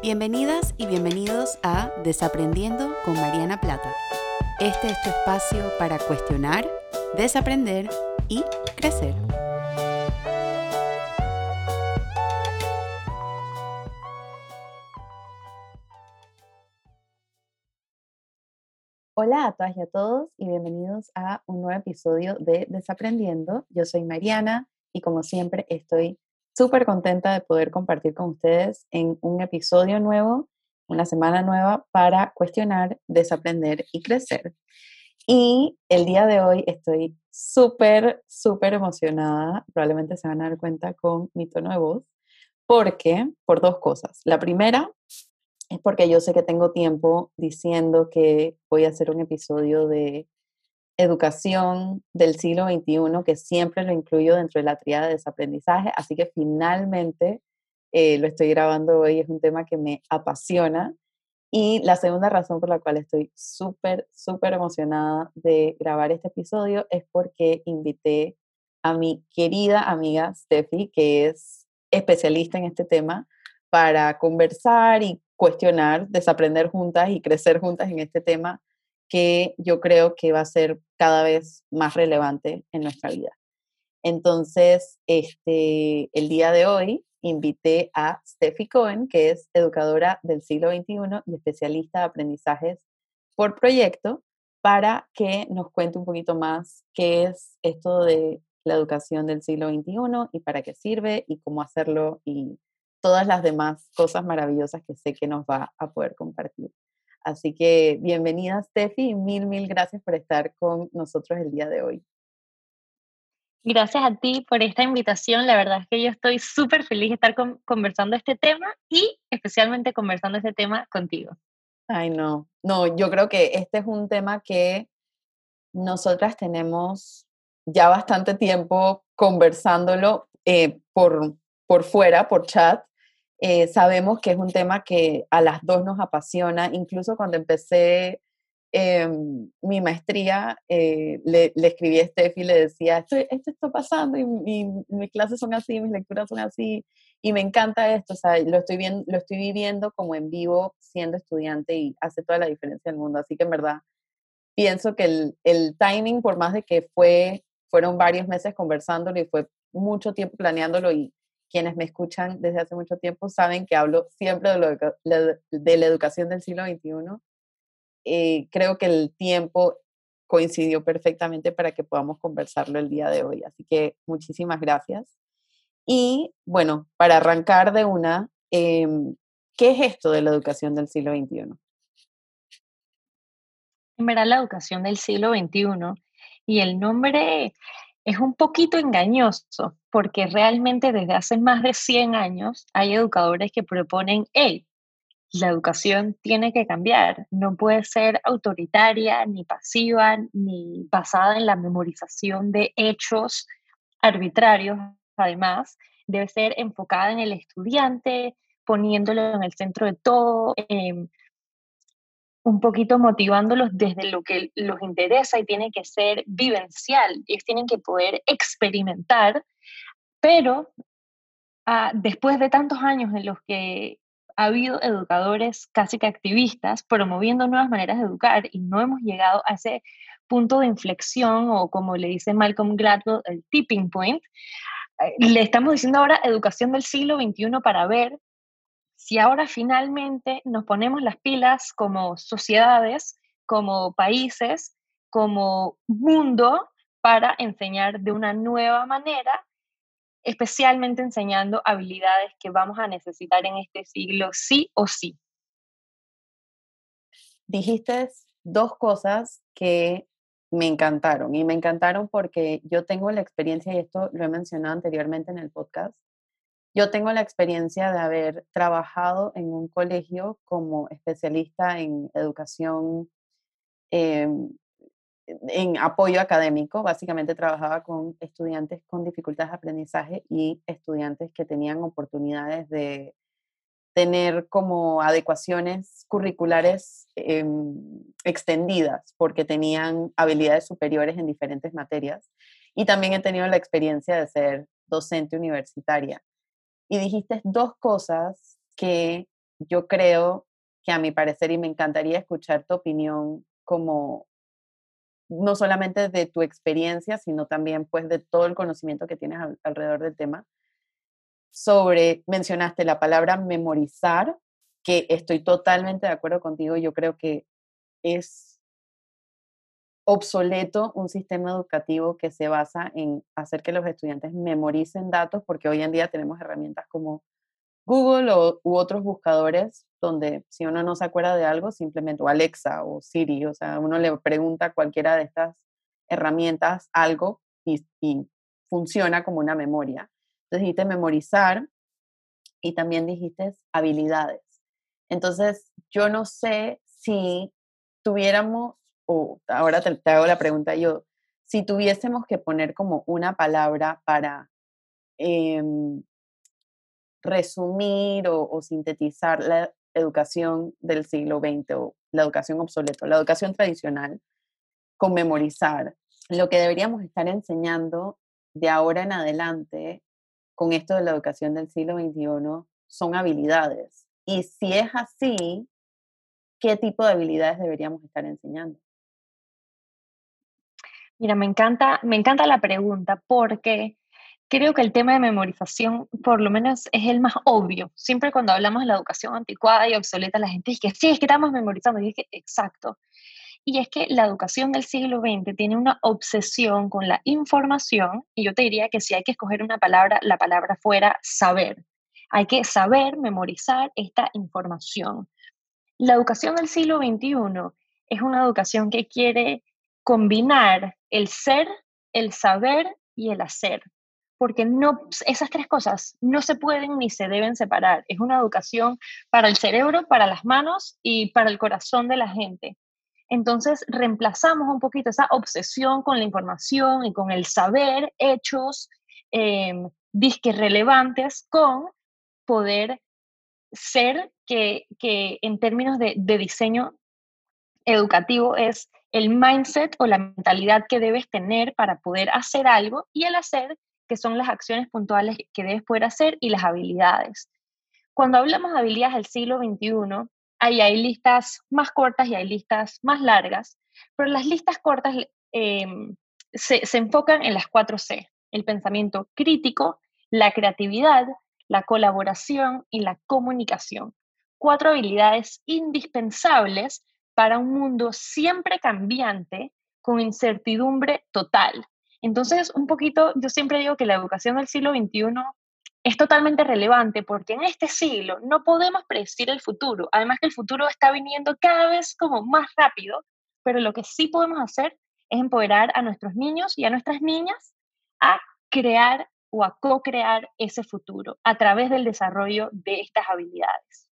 Bienvenidas y bienvenidos a Desaprendiendo con Mariana Plata. Este es tu espacio para cuestionar, desaprender y crecer. Hola a todas y a todos y bienvenidos a un nuevo episodio de Desaprendiendo. Yo soy Mariana y como siempre estoy súper contenta de poder compartir con ustedes en un episodio nuevo, una semana nueva para cuestionar, desaprender y crecer. Y el día de hoy estoy súper emocionada, probablemente se van a dar cuenta con mi tono de voz, por dos cosas. La primera es porque yo sé que tengo tiempo diciendo que voy a hacer un episodio de educación del siglo XXI, que siempre lo incluyo dentro de la tríada de desaprendizaje, así que finalmente lo estoy grabando hoy, es un tema que me apasiona. Y la segunda razón por la cual estoy súper emocionada de grabar este episodio es porque invité a mi querida amiga Steffi, que es especialista en este tema, para conversar y cuestionar, desaprender juntas y crecer juntas en este tema que yo creo que va a ser cada vez más relevante en nuestra vida. Entonces, el día de hoy invité a Steffi Cohen, que es educadora del siglo XXI y especialista de aprendizajes por proyecto, para que nos cuente un poquito más qué es esto de la educación del siglo XXI y para qué sirve y cómo hacerlo y todas las demás cosas maravillosas que sé que nos va a poder compartir. Así que bienvenida Steffi y mil gracias por estar con nosotros el día de hoy. Gracias a ti por esta invitación. La verdad es que yo estoy súper feliz de estar conversando este tema y especialmente conversando este tema contigo. Ay, no, yo creo que este es un tema que nosotras tenemos ya bastante tiempo conversándolo por fuera, por chat. Sabemos que es un tema que a las dos nos apasiona. Incluso cuando empecé mi maestría, le escribí a Steffi y le decía, esto está pasando y mis clases son así, mis lecturas son así, y me encanta esto, o sea, lo estoy viviendo como en vivo siendo estudiante y hace toda la diferencia del mundo. Así que en verdad pienso que el timing, por más de que fueron varios meses conversándolo y fue mucho tiempo planeándolo, y quienes me escuchan desde hace mucho tiempo saben que hablo siempre de la educación del siglo XXI. Creo que el tiempo coincidió perfectamente para que podamos conversarlo el día de hoy. Así que muchísimas gracias. Y bueno, para arrancar de una, ¿qué es esto de la educación del siglo XXI? En verdad, la educación del siglo XXI y el nombre es un poquito engañoso porque realmente desde hace más de 100 años hay educadores que proponen, hey, la educación tiene que cambiar, no puede ser autoritaria, ni pasiva, ni basada en la memorización de hechos arbitrarios. Además, debe ser enfocada en el estudiante, poniéndolo en el centro de todo, un poquito motivándolos desde lo que los interesa y tiene que ser vivencial. Ellos tienen que poder experimentar, pero después de tantos años en los que ha habido educadores casi que activistas promoviendo nuevas maneras de educar y no hemos llegado a ese punto de inflexión o como le dice Malcolm Gladwell, el tipping point, le estamos diciendo ahora educación del siglo XXI para ver si ahora finalmente nos ponemos las pilas como sociedades, como países, como mundo para enseñar de una nueva manera, especialmente enseñando habilidades que vamos a necesitar en este siglo sí o sí. Dijiste dos cosas que me encantaron, y me encantaron porque yo tengo la experiencia, y esto lo he mencionado anteriormente en el podcast. Yo tengo la experiencia de haber trabajado en un colegio como especialista en educación, em, en apoyo académico. Básicamente trabajaba con estudiantes con dificultades de aprendizaje y estudiantes que tenían oportunidades de tener como adecuaciones curriculares extendidas porque tenían habilidades superiores en diferentes materias. Y también he tenido la experiencia de ser docente universitaria. Y dijiste dos cosas que yo creo que a mi parecer, y me encantaría escuchar tu opinión como no solamente de tu experiencia, sino también pues de todo el conocimiento que tienes alrededor del tema, mencionaste la palabra memorizar, que estoy totalmente de acuerdo contigo, yo creo que es obsoleto un sistema educativo que se basa en hacer que los estudiantes memoricen datos, porque hoy en día tenemos herramientas como Google u otros buscadores donde si uno no se acuerda de algo, simplemente, o Alexa o Siri, o sea, uno le pregunta a cualquiera de estas herramientas algo y funciona como una memoria. Entonces dijiste memorizar y también dijiste habilidades. Entonces, yo no sé si tuviéramos, o ahora te hago la pregunta yo, si tuviésemos que poner como una palabra para em, resumir o sintetizar la educación del siglo XX o la educación obsoleta, la educación tradicional, con memorizar. Lo que deberíamos estar enseñando de ahora en adelante con esto de la educación del siglo XXI son habilidades. Y si es así, ¿qué tipo de habilidades deberíamos estar enseñando? Mira, me encanta la pregunta porque creo que el tema de memorización, por lo menos, es el más obvio. Siempre cuando hablamos de la educación anticuada y obsoleta, la gente dice que sí, es que estamos memorizando. Y es que, exacto. Y es que la educación del siglo XX tiene una obsesión con la información, y yo te diría que si hay que escoger una palabra, la palabra fuera saber. Hay que saber memorizar esta información. La educación del siglo XXI es una educación que quiere combinar el ser, el saber y el hacer, porque no, esas tres cosas no se pueden ni se deben separar. Es una educación para el cerebro, para las manos y para el corazón de la gente. Entonces reemplazamos un poquito esa obsesión con la información y con el saber, hechos, eh, disques relevantes, con poder ser que en términos de diseño educativo es el mindset o la mentalidad que debes tener para poder hacer algo, y el hacer, que son las acciones puntuales que debes poder hacer, y las habilidades. Cuando hablamos de habilidades del siglo XXI, ahí hay listas más cortas y hay listas más largas, pero las listas cortas eh, se enfocan en las 4C: el pensamiento crítico, la creatividad, la colaboración y la comunicación. 4 habilidades indispensables para un mundo siempre cambiante, con incertidumbre total. Entonces, un poquito, yo siempre digo que la educación del siglo XXI es totalmente relevante porque en este siglo no podemos predecir el futuro. Además que el futuro está viniendo cada vez como más rápido, pero lo que sí podemos hacer es empoderar a nuestros niños y a nuestras niñas a crear o a co-crear ese futuro a través del desarrollo de estas habilidades.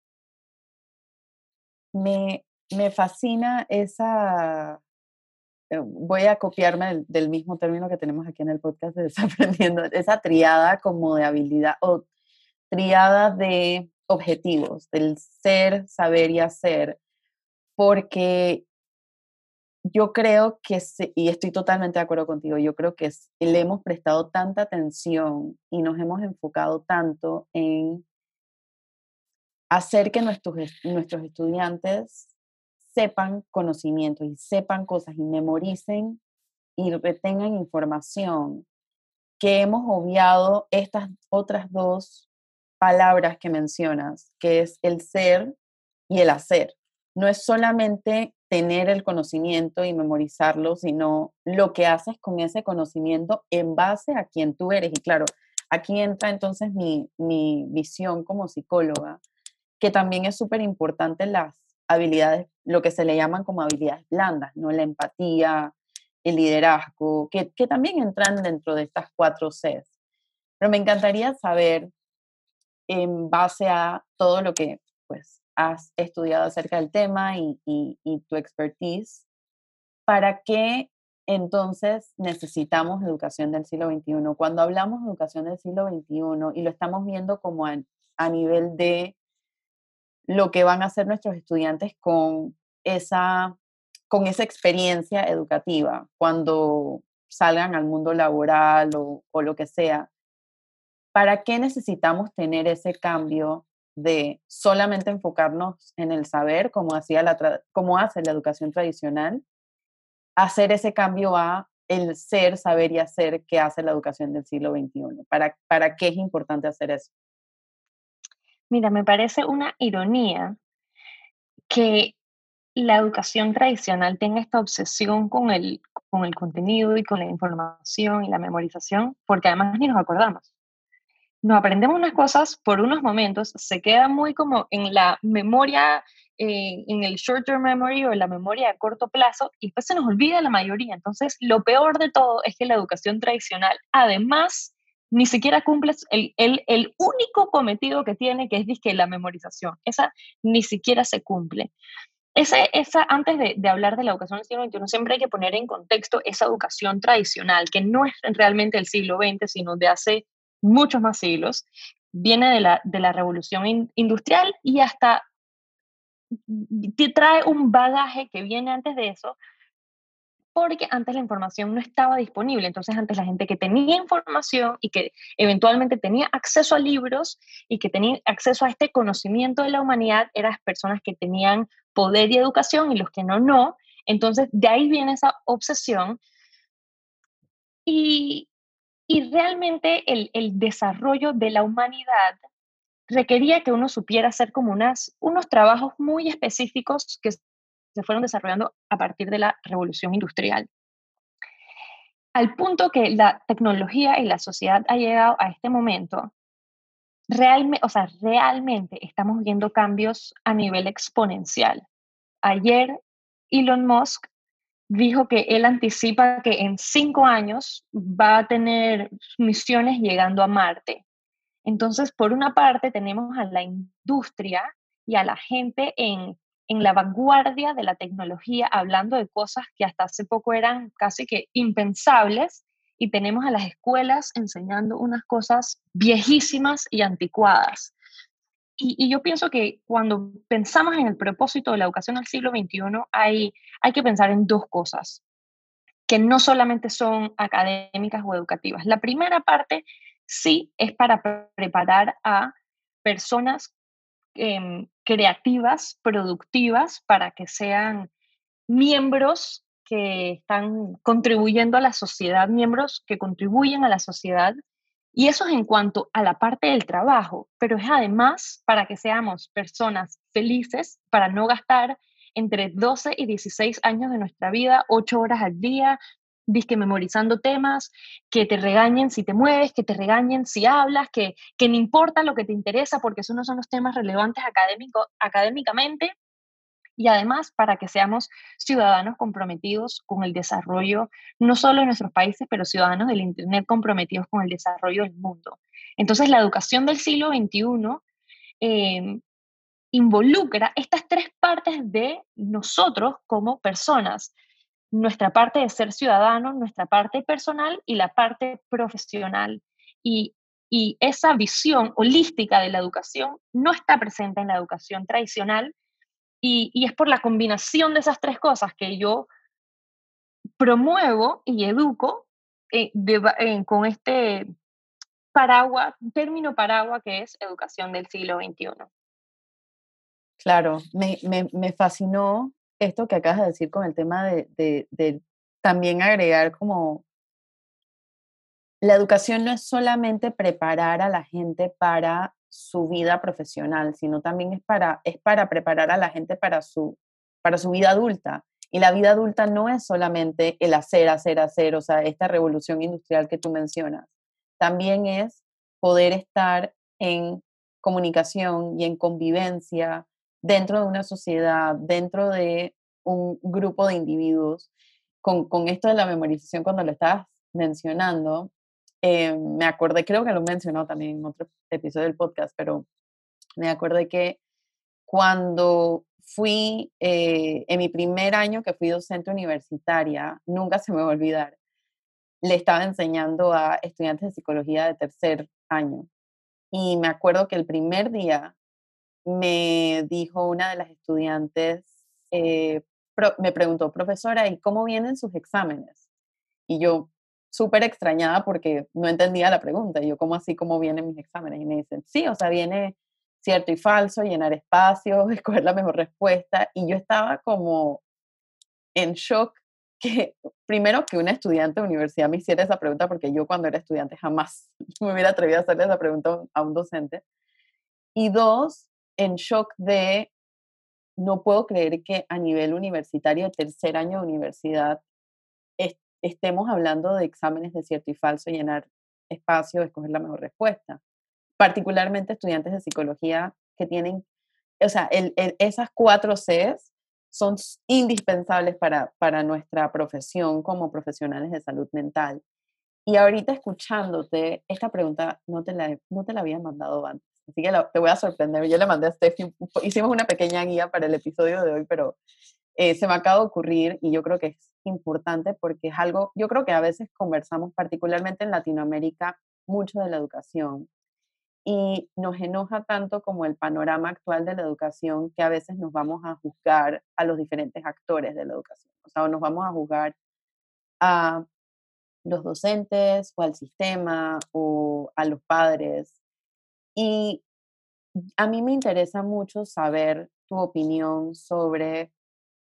Me fascina esa, voy a copiarme del mismo término que tenemos aquí en el podcast de Desaprendiendo, esa triada como de habilidad o triada de objetivos, del ser, saber y hacer, porque yo creo que, y estoy totalmente de acuerdo contigo, yo creo que le hemos prestado tanta atención y nos hemos enfocado tanto en hacer que nuestros estudiantes sepan conocimientos y sepan cosas y memoricen y retengan información, que hemos obviado estas otras dos palabras que mencionas, que es el ser y el hacer. No es solamente tener el conocimiento y memorizarlo, sino lo que haces con ese conocimiento en base a quien tú eres. Y claro, aquí entra entonces mi visión como psicóloga, que también es súper importante las habilidades, lo que se le llaman como habilidades blandas, ¿no? La empatía, el liderazgo, que también entran dentro de estas 4 Cs. Pero me encantaría saber, en base a todo lo que pues has estudiado acerca del tema y tu expertise, ¿para qué entonces necesitamos educación del siglo XXI? Cuando hablamos de educación del siglo XXI y lo estamos viendo como a nivel de lo que van a hacer nuestros estudiantes esa, con esa experiencia educativa cuando salgan al mundo laboral o lo que sea. ¿Para qué necesitamos tener ese cambio de solamente enfocarnos en el saber, como hace la educación tradicional, hacer ese cambio a el ser, saber y hacer que hace la educación del siglo XXI. ¿Para qué es importante hacer eso? Mira, me parece una ironía que la educación tradicional tenga esta obsesión con el contenido y con la información y la memorización, porque además ni nos acordamos. Nos aprendemos unas cosas por unos momentos, se queda muy como en la memoria, en el short term memory o en la memoria a corto plazo, y después se nos olvida la mayoría. Entonces, lo peor de todo es que la educación tradicional, además, ni siquiera cumple el único cometido que tiene, que es dizque la memorización. Esa ni siquiera se cumple. Antes de hablar de la educación del siglo XXI, siempre hay que poner en contexto esa educación tradicional, que no es realmente del siglo XX, sino de hace muchos más siglos. Viene de la revolución industrial y hasta te trae un bagaje que viene antes de eso, porque antes la información no estaba disponible. Entonces, antes la gente que tenía información y que eventualmente tenía acceso a libros y que tenía acceso a este conocimiento de la humanidad, eran las personas que tenían poder y educación y los que no, no. Entonces, de ahí viene esa obsesión y, y realmente el desarrollo de la humanidad requería que uno supiera hacer como unos trabajos muy específicos que se fueron desarrollando a partir de la revolución industrial. Al punto que la tecnología y la sociedad ha llegado a este momento, o sea, realmente estamos viendo cambios a nivel exponencial. Ayer Elon Musk dijo que él anticipa que en 5 años va a tener misiones llegando a Marte. Entonces, por una parte, tenemos a la industria y a la gente en la vanguardia de la tecnología, hablando de cosas que hasta hace poco eran casi que impensables, y tenemos a las escuelas enseñando unas cosas viejísimas y anticuadas. Y yo pienso que cuando pensamos en el propósito de la educación del siglo XXI, hay que pensar en dos cosas que no solamente son académicas o educativas. La primera parte sí es para preparar a personas creativas, productivas, para que sean miembros que están contribuyendo a la sociedad, miembros que contribuyen a la sociedad. Y eso es en cuanto a la parte del trabajo, pero es además para que seamos personas felices, para no gastar entre 12 y 16 años de nuestra vida, 8 horas al día, disque memorizando temas, que te regañen si te mueves, que te regañen si hablas, que no importa lo que te interesa porque esos no son los temas relevantes académicamente, y además para que seamos ciudadanos comprometidos con el desarrollo, no solo de nuestros países, pero ciudadanos del Internet comprometidos con el desarrollo del mundo. Entonces, la educación del siglo XXI eh, involucra estas tres partes de nosotros como personas: nuestra parte de ser ciudadanos, nuestra parte personal y la parte profesional. Y, y esa visión holística de la educación no está presente en la educación tradicional, y es por la combinación de esas tres cosas que yo promuevo y educo con este paraguas, término paraguas que es educación del siglo XXI. Claro, me fascinó esto que acabas de decir con el tema de también agregar como la educación no es solamente preparar a la gente para su vida profesional, sino también es para preparar a la gente para su vida adulta. Y la vida adulta no es solamente el hacer, hacer, hacer, o sea, esta revolución industrial que tú mencionas. También es poder estar en comunicación y en convivencia dentro de una sociedad, dentro de un grupo de individuos. Con esto de la memorización, cuando lo estabas mencionando, me acordé, creo que lo mencionó también en otro episodio del podcast, pero me acordé que cuando fui, en mi primer año que fui docente universitaria, nunca se me va a olvidar, le estaba enseñando a estudiantes de psicología de tercer año. Y me acuerdo que el primer día me dijo una de las estudiantes, me preguntó, profesora, ¿y cómo vienen sus exámenes? Y yo, súper extrañada porque no entendía la pregunta. Y yo, ¿cómo así, cómo vienen mis exámenes? Y me dicen, sí, o sea, cierto y falso, llenar espacios, escoger la mejor respuesta. Y yo estaba como en shock que, primero, que una estudiante de universidad me hiciera esa pregunta, porque yo cuando era estudiante jamás me hubiera atrevido a hacerle esa pregunta a un docente. Y dos, en shock de, no puedo creer que a nivel universitario, de tercer año de universidad, estemos hablando de exámenes de cierto y falso, llenar espacio, escoger la mejor respuesta. Particularmente estudiantes de psicología que tienen, o sea, esas 4 Cs son indispensables para nuestra profesión como profesionales de salud mental. Y ahorita escuchándote, esta pregunta no te la había mandado antes, así que te voy a sorprender. Yo le mandé a Steffi, hicimos una pequeña guía para el episodio de hoy, pero se me acaba de ocurrir y yo creo que es importante porque es algo, yo creo que a veces conversamos, particularmente en Latinoamérica, mucho de la educación y nos enoja tanto como el panorama actual de la educación que a veces nos vamos a juzgar a los diferentes actores de la educación. O sea, nos vamos a juzgar a los docentes o al sistema o a los padres. Y a mí me interesa mucho saber tu opinión sobre,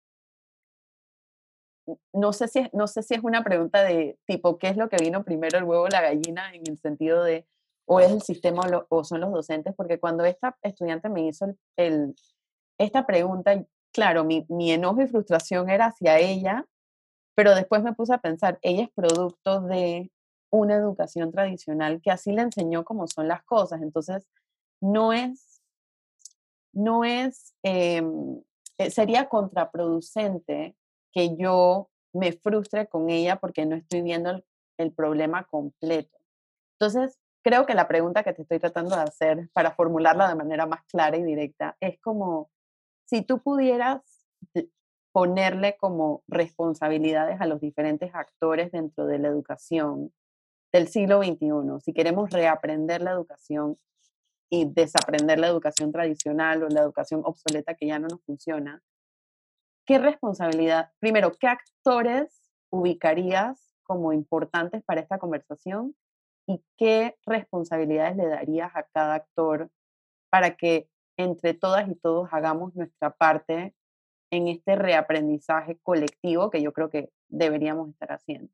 no sé si es una pregunta de tipo, ¿qué es lo que vino primero, el huevo o la gallina? En el sentido de, o es el sistema o son los docentes, porque cuando esta estudiante me hizo esta pregunta, claro, mi enojo y frustración era hacia ella, pero después me puse a pensar, ella es producto de una educación tradicional que así le enseñó cómo son las cosas, entonces no es, no es, sería contraproducente que yo me frustre con ella porque no estoy viendo el problema completo. Entonces, creo que la pregunta que te estoy tratando de hacer para formularla de manera más clara y directa es como, si tú pudieras ponerle como responsabilidades a los diferentes actores dentro de la educación del siglo XXI, si queremos reaprender la educación y desaprender la educación tradicional o la educación obsoleta que ya no nos funciona, ¿qué responsabilidad, primero, qué actores ubicarías como importantes para esta conversación y qué responsabilidades le darías a cada actor para que entre todas y todos hagamos nuestra parte en este reaprendizaje colectivo que yo creo que deberíamos estar haciendo?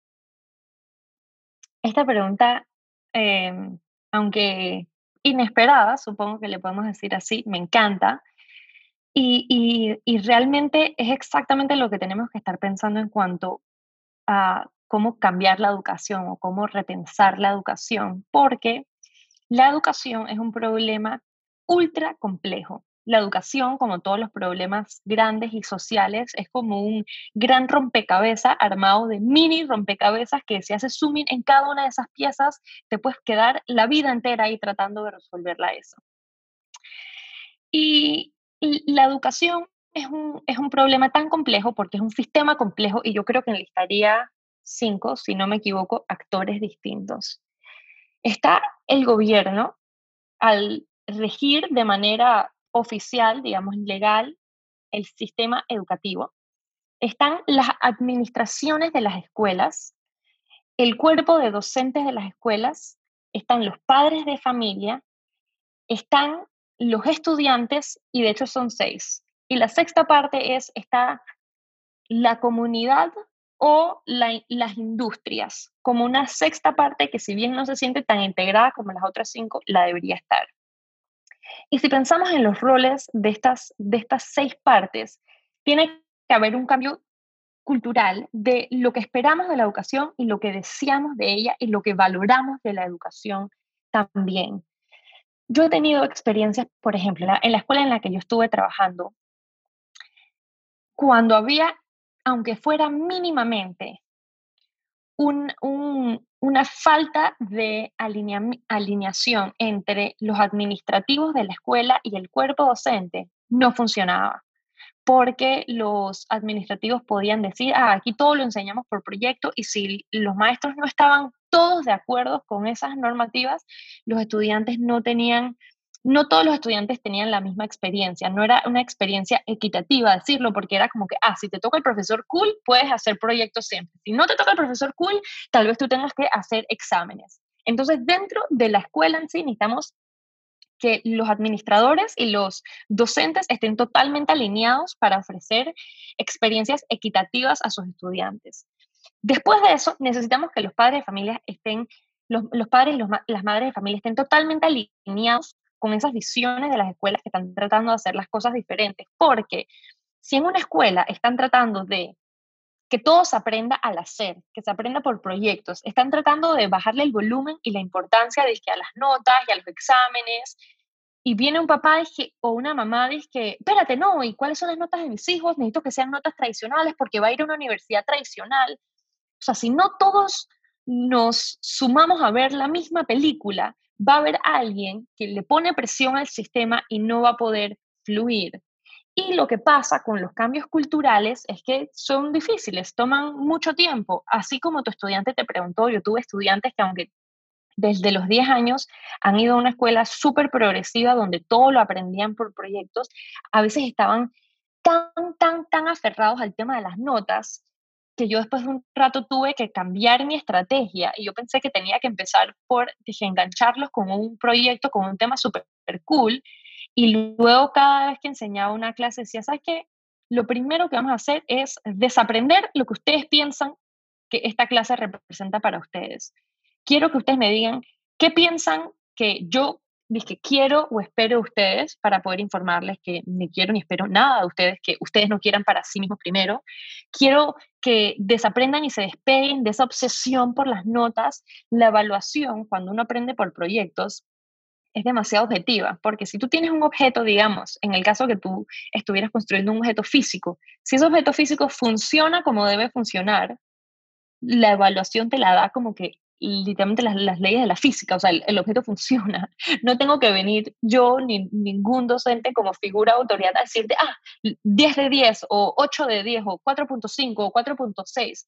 Esta pregunta, em, aunque inesperada, supongo que le podemos decir así, me encanta. Y realmente es exactamente lo que tenemos que estar pensando en cuanto a cómo cambiar la educación o cómo repensar la educación, porque la educación es un problema ultra complejo. La educación, como todos los problemas grandes y sociales, es como un gran rompecabezas armado de mini rompecabezas que si haces zoom in en cada una de esas piezas, te puedes quedar la vida entera ahí tratando de resolverla eso. Y la educación es un problema tan complejo porque es un sistema complejo y yo creo que enlistaría 5, si no me equivoco, actores distintos. Está el gobierno, al regir de manera oficial, digamos, legal, el sistema educativo. Están las administraciones de las escuelas, el cuerpo de docentes de las escuelas, están los padres de familia, están los estudiantes, y de hecho son 6. Y la sexta parte está la comunidad o las industrias, como una sexta parte que si bien no se siente tan integrada como las otras 5, la debería estar. Y si pensamos en los roles de estas 6 partes, tiene que haber un cambio cultural de lo que esperamos de la educación y lo que deseamos de ella y lo que valoramos de la educación también. Yo he tenido experiencias, por ejemplo, en la escuela en la que yo estuve trabajando, cuando había, aunque fuera mínimamente, una falta de alineación entre los administrativos de la escuela y el cuerpo docente, no funcionaba, porque los administrativos podían decir, aquí todo lo enseñamos por proyecto, y si los maestros no estaban todos de acuerdo con esas normativas, los estudiantes no todos los estudiantes tenían la misma experiencia, no era una experiencia equitativa decirlo, porque era como que, si te toca el profesor cool, puedes hacer proyectos siempre. Si no te toca el profesor cool, tal vez tú tengas que hacer exámenes. Entonces, dentro de la escuela en sí, necesitamos que los administradores y los docentes estén totalmente alineados para ofrecer experiencias equitativas a sus estudiantes. Después de eso, necesitamos que los padres de familia estén, los padres y las madres de familia estén totalmente alineados con esas visiones de las escuelas que están tratando de hacer las cosas diferentes, porque si en una escuela están tratando de que todo se aprenda al hacer, que se aprenda por proyectos, están tratando de bajarle el volumen y la importancia de que a las notas y a los exámenes, y viene un papá o una mamá dice que, espérate, no, ¿y cuáles son las notas de mis hijos? Necesito que sean notas tradicionales porque va a ir a una universidad tradicional. O sea, si no todos nos sumamos a ver la misma película, va a haber alguien que le pone presión al sistema y no va a poder fluir. Y lo que pasa con los cambios culturales es que son difíciles, toman mucho tiempo. Así como tu estudiante te preguntó, yo tuve estudiantes que aunque desde los 10 años han ido a una escuela súper progresiva donde todo lo aprendían por proyectos, a veces estaban tan aferrados al tema de las notas que yo después de un rato tuve que cambiar mi estrategia y yo pensé que tenía que empezar por, dije, engancharlos con un proyecto, con un tema súper cool y luego cada vez que enseñaba una clase decía, ¿sabes qué? Lo primero que vamos a hacer es desaprender lo que ustedes piensan que esta clase representa para ustedes. Quiero que ustedes me digan qué piensan que yo dije quiero o espero de ustedes para poder informarles que ni quiero ni espero nada de ustedes que ustedes no quieran para sí mismos primero. Quiero que desaprendan y se despeguen de esa obsesión por las notas. La evaluación, cuando uno aprende por proyectos, es demasiado objetiva, porque si tú tienes un objeto, digamos, en el caso que tú estuvieras construyendo un objeto físico, si ese objeto físico funciona como debe funcionar, la evaluación te la da como que literalmente las leyes de la física, o sea, el objeto funciona. No tengo que venir yo ni ningún docente como figura de autoridad a decirte, 10 de 10 o 8 de 10 o 4.5 o 4.6.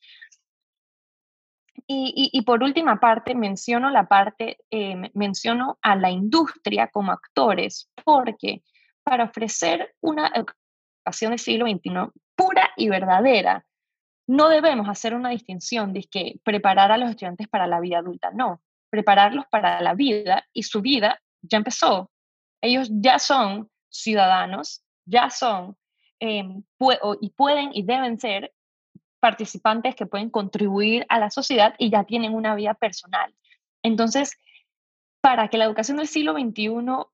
Y por última parte, menciono a la industria como actores, porque para ofrecer una educación del siglo XXI pura y verdadera, no debemos hacer una distinción de que preparar a los estudiantes para la vida adulta, no, prepararlos para la vida y su vida ya empezó. Ellos ya son ciudadanos, ya son y pueden y deben ser participantes que pueden contribuir a la sociedad y ya tienen una vida personal. Entonces, para que la educación del siglo XXI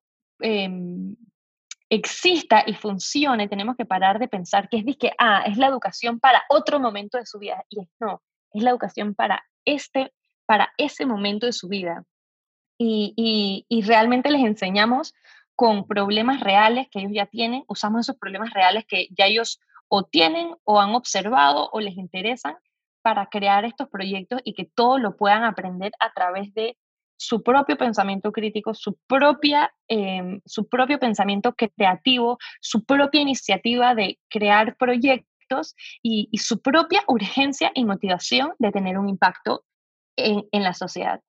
exista y funcione, tenemos que parar de pensar que es la educación para otro momento de su vida. Y no, es la educación para ese momento de su vida. Y realmente les enseñamos con problemas reales que ellos ya tienen, usamos esos problemas reales que ya ellos o tienen o han observado o les interesan para crear estos proyectos y que todo lo puedan aprender a través de su propio pensamiento crítico, su propio pensamiento creativo, su propia iniciativa de crear proyectos y su propia urgencia y motivación de tener un impacto en la sociedad.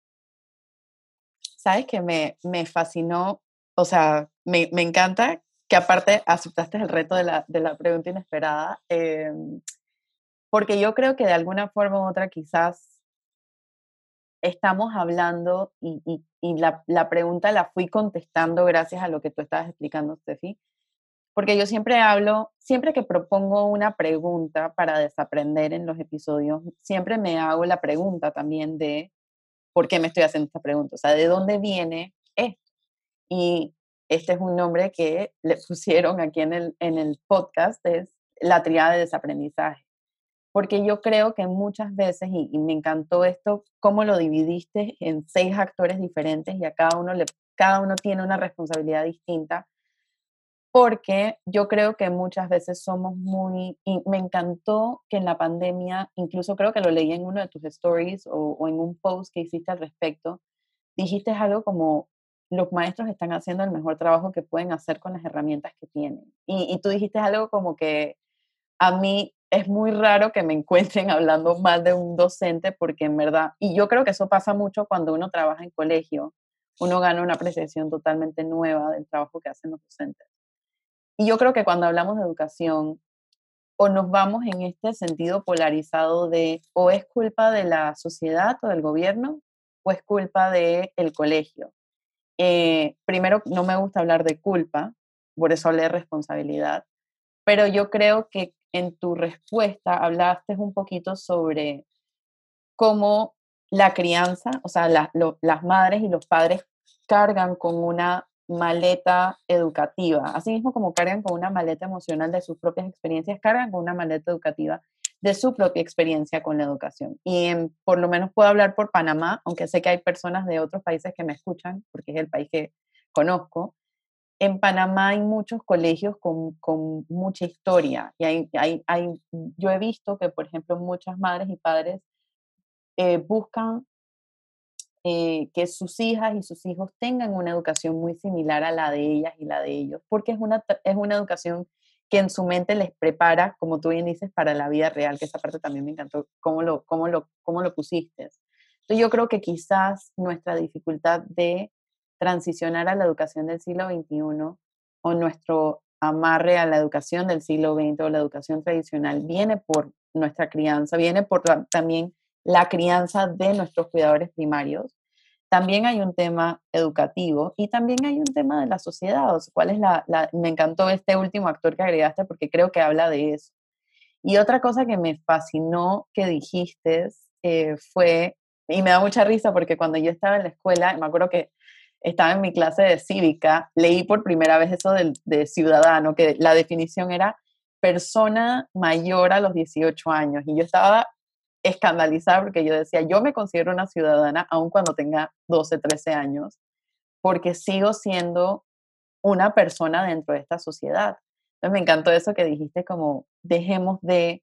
Sabes que me fascinó, o sea, me encanta que aparte aceptaste el reto de la pregunta inesperada, porque yo creo que de alguna forma u otra quizás estamos hablando y la pregunta la fui contestando gracias a lo que tú estabas explicando, Steffi, porque yo siempre hablo, siempre que propongo una pregunta para desaprender en los episodios, siempre me hago la pregunta también de por qué me estoy haciendo esta pregunta, o sea, ¿de dónde viene esto? Y este es un nombre que le pusieron aquí en el podcast, es la triada de desaprendizaje. Porque yo creo que muchas veces, y me encantó esto, cómo lo dividiste en 6 actores diferentes y a cada uno tiene una responsabilidad distinta, porque yo creo que muchas veces somos y me encantó que en la pandemia, incluso creo que lo leí en uno de tus stories o en un post que hiciste al respecto, dijiste algo como, los maestros están haciendo el mejor trabajo que pueden hacer con las herramientas que tienen. Y tú dijiste algo como que a mí es muy raro que me encuentren hablando mal de un docente porque en verdad, y yo creo que eso pasa mucho cuando uno trabaja en colegio, uno gana una apreciación totalmente nueva del trabajo que hacen los docentes. Y yo creo que cuando hablamos de educación, o nos vamos en este sentido polarizado de o es culpa de la sociedad o del gobierno, o es culpa del colegio. Primero, no me gusta hablar de culpa, por eso hablé de responsabilidad, pero yo creo que en tu respuesta hablaste un poquito sobre cómo la crianza, o sea, las madres y los padres cargan con una maleta educativa, así mismo como cargan con una maleta emocional de sus propias experiencias, cargan con una maleta educativa de su propia experiencia con la educación. Y por lo menos puedo hablar por Panamá, aunque sé que hay personas de otros países que me escuchan, porque es el país que conozco. En Panamá hay muchos colegios con mucha historia y yo he visto que, por ejemplo, muchas madres y padres buscan que sus hijas y sus hijos tengan una educación muy similar a la de ellas y la de ellos, porque es una educación que en su mente les prepara, como tú bien dices, para la vida real, que esa parte también me encantó, cómo lo pusiste. Entonces yo creo que quizás nuestra dificultad de transicionar a la educación del siglo XXI o nuestro amarre a la educación del siglo XX o la educación tradicional viene por nuestra crianza, viene por también la crianza de nuestros cuidadores primarios. También hay un tema educativo y también hay un tema de la sociedad. O sea, ¿cuál es me encantó este último actor que agregaste porque creo que habla de eso. Y otra cosa que me fascinó que dijiste fue, y me da mucha risa porque cuando yo estaba en la escuela, me acuerdo que estaba en mi clase de cívica, leí por primera vez eso de ciudadano, que la definición era persona mayor a los 18 años. Y yo estaba escandalizada porque yo decía, yo me considero una ciudadana aun cuando tenga 12, 13 años, porque sigo siendo una persona dentro de esta sociedad. Entonces me encantó eso que dijiste, como dejemos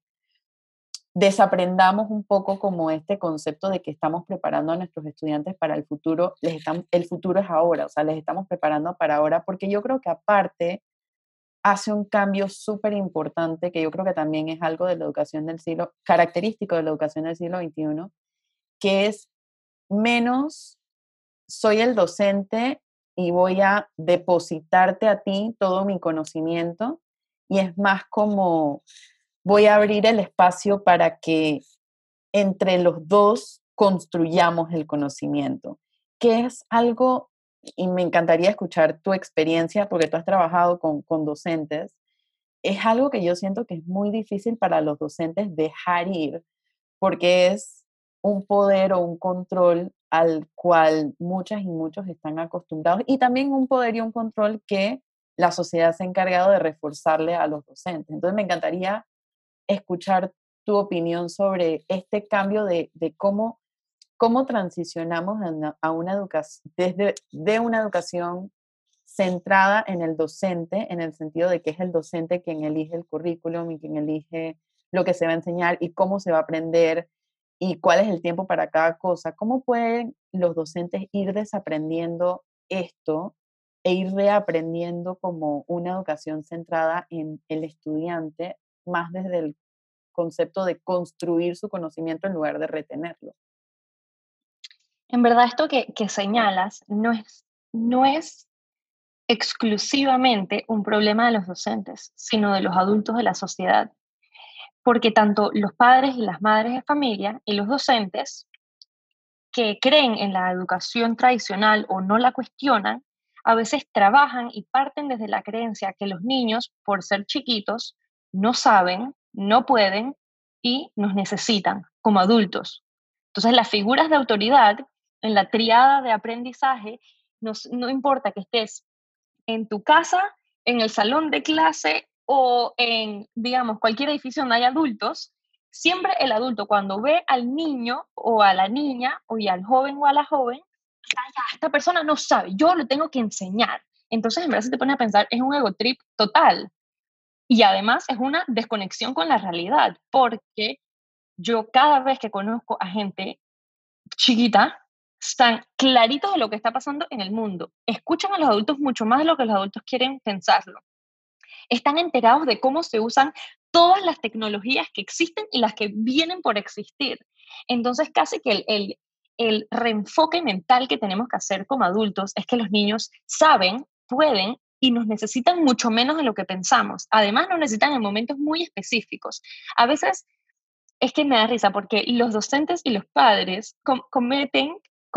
desaprendamos un poco como este concepto de que estamos preparando a nuestros estudiantes para el futuro, el futuro es ahora, o sea, les estamos preparando para ahora, porque yo creo que aparte hace un cambio súper importante, que yo creo que también es algo de la educación del siglo, característico de la educación del siglo XXI, que es menos soy el docente y voy a depositarte a ti todo mi conocimiento, y es más como voy a abrir el espacio para que entre los dos construyamos el conocimiento, que es algo, y me encantaría escuchar tu experiencia porque tú has trabajado con docentes, es algo que yo siento que es muy difícil para los docentes dejar ir, porque es un poder o un control al cual muchas y muchos están acostumbrados, y también un poder y un control que la sociedad se ha encargado de reforzarle a los docentes. Entonces me encantaría escuchar tu opinión sobre este cambio de cómo transicionamos a una educación, de una educación centrada en el docente, en el sentido de que es el docente quien elige el currículum y quien elige lo que se va a enseñar y cómo se va a aprender y cuál es el tiempo para cada cosa. ¿Cómo pueden los docentes ir desaprendiendo esto e ir reaprendiendo como una educación centrada en el estudiante, más desde el concepto de construir su conocimiento en lugar de retenerlo? En verdad, esto que señalas no es exclusivamente un problema de los docentes, sino de los adultos de la sociedad, porque tanto los padres y las madres de familia y los docentes que creen en la educación tradicional o no la cuestionan, a veces trabajan y parten desde la creencia que los niños, por ser chiquitos, no saben, no pueden y nos necesitan como adultos. Entonces, las figuras de autoridad en la triada de aprendizaje, no importa que estés en tu casa, en el salón de clase o en, digamos, cualquier edificio donde hay adultos, siempre el adulto cuando ve al niño o a la niña o y al joven o a la joven, esta persona no sabe, yo lo tengo que enseñar. Entonces, en verdad, si te pones a pensar, es un ego trip total. Y además es una desconexión con la realidad, porque yo cada vez que conozco a gente chiquita, están claritos de lo que está pasando en el mundo. Escuchan a los adultos mucho más de lo que los adultos quieren pensarlo. Están enterados de cómo se usan todas las tecnologías que existen y las que vienen por existir. Entonces, casi que el reenfoque mental que tenemos que hacer como adultos es que los niños saben, pueden y nos necesitan mucho menos de lo que pensamos. Además, nos necesitan en momentos muy específicos. A veces es que me da risa porque los docentes y los padres cometen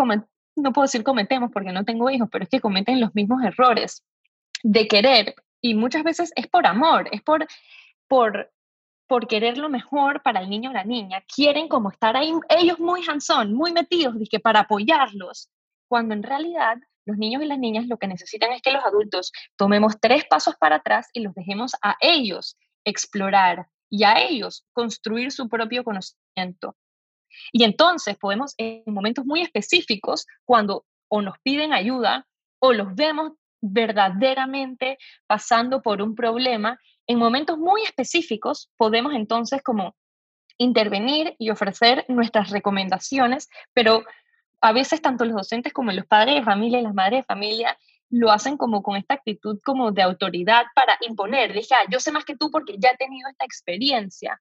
no puedo decir cometemos porque no tengo hijos, pero es que cometen los mismos errores de querer, y muchas veces es por amor, es por, por querer lo mejor para el niño o la niña. Quieren como estar ahí, ellos muy hands-on, muy metidos, dizque para apoyarlos, cuando en realidad los niños y las niñas lo que necesitan es que los adultos tomemos 3 pasos para atrás y los dejemos a ellos explorar y a ellos construir su propio conocimiento. Y entonces podemos, en momentos muy específicos, cuando o nos piden ayuda o los vemos verdaderamente pasando por un problema, en momentos muy específicos podemos entonces como intervenir y ofrecer nuestras recomendaciones, pero a veces tanto los docentes como los padres de familia y las madres de familia lo hacen como con esta actitud como de autoridad para imponer. Dije, yo sé más que tú porque ya he tenido esta experiencia.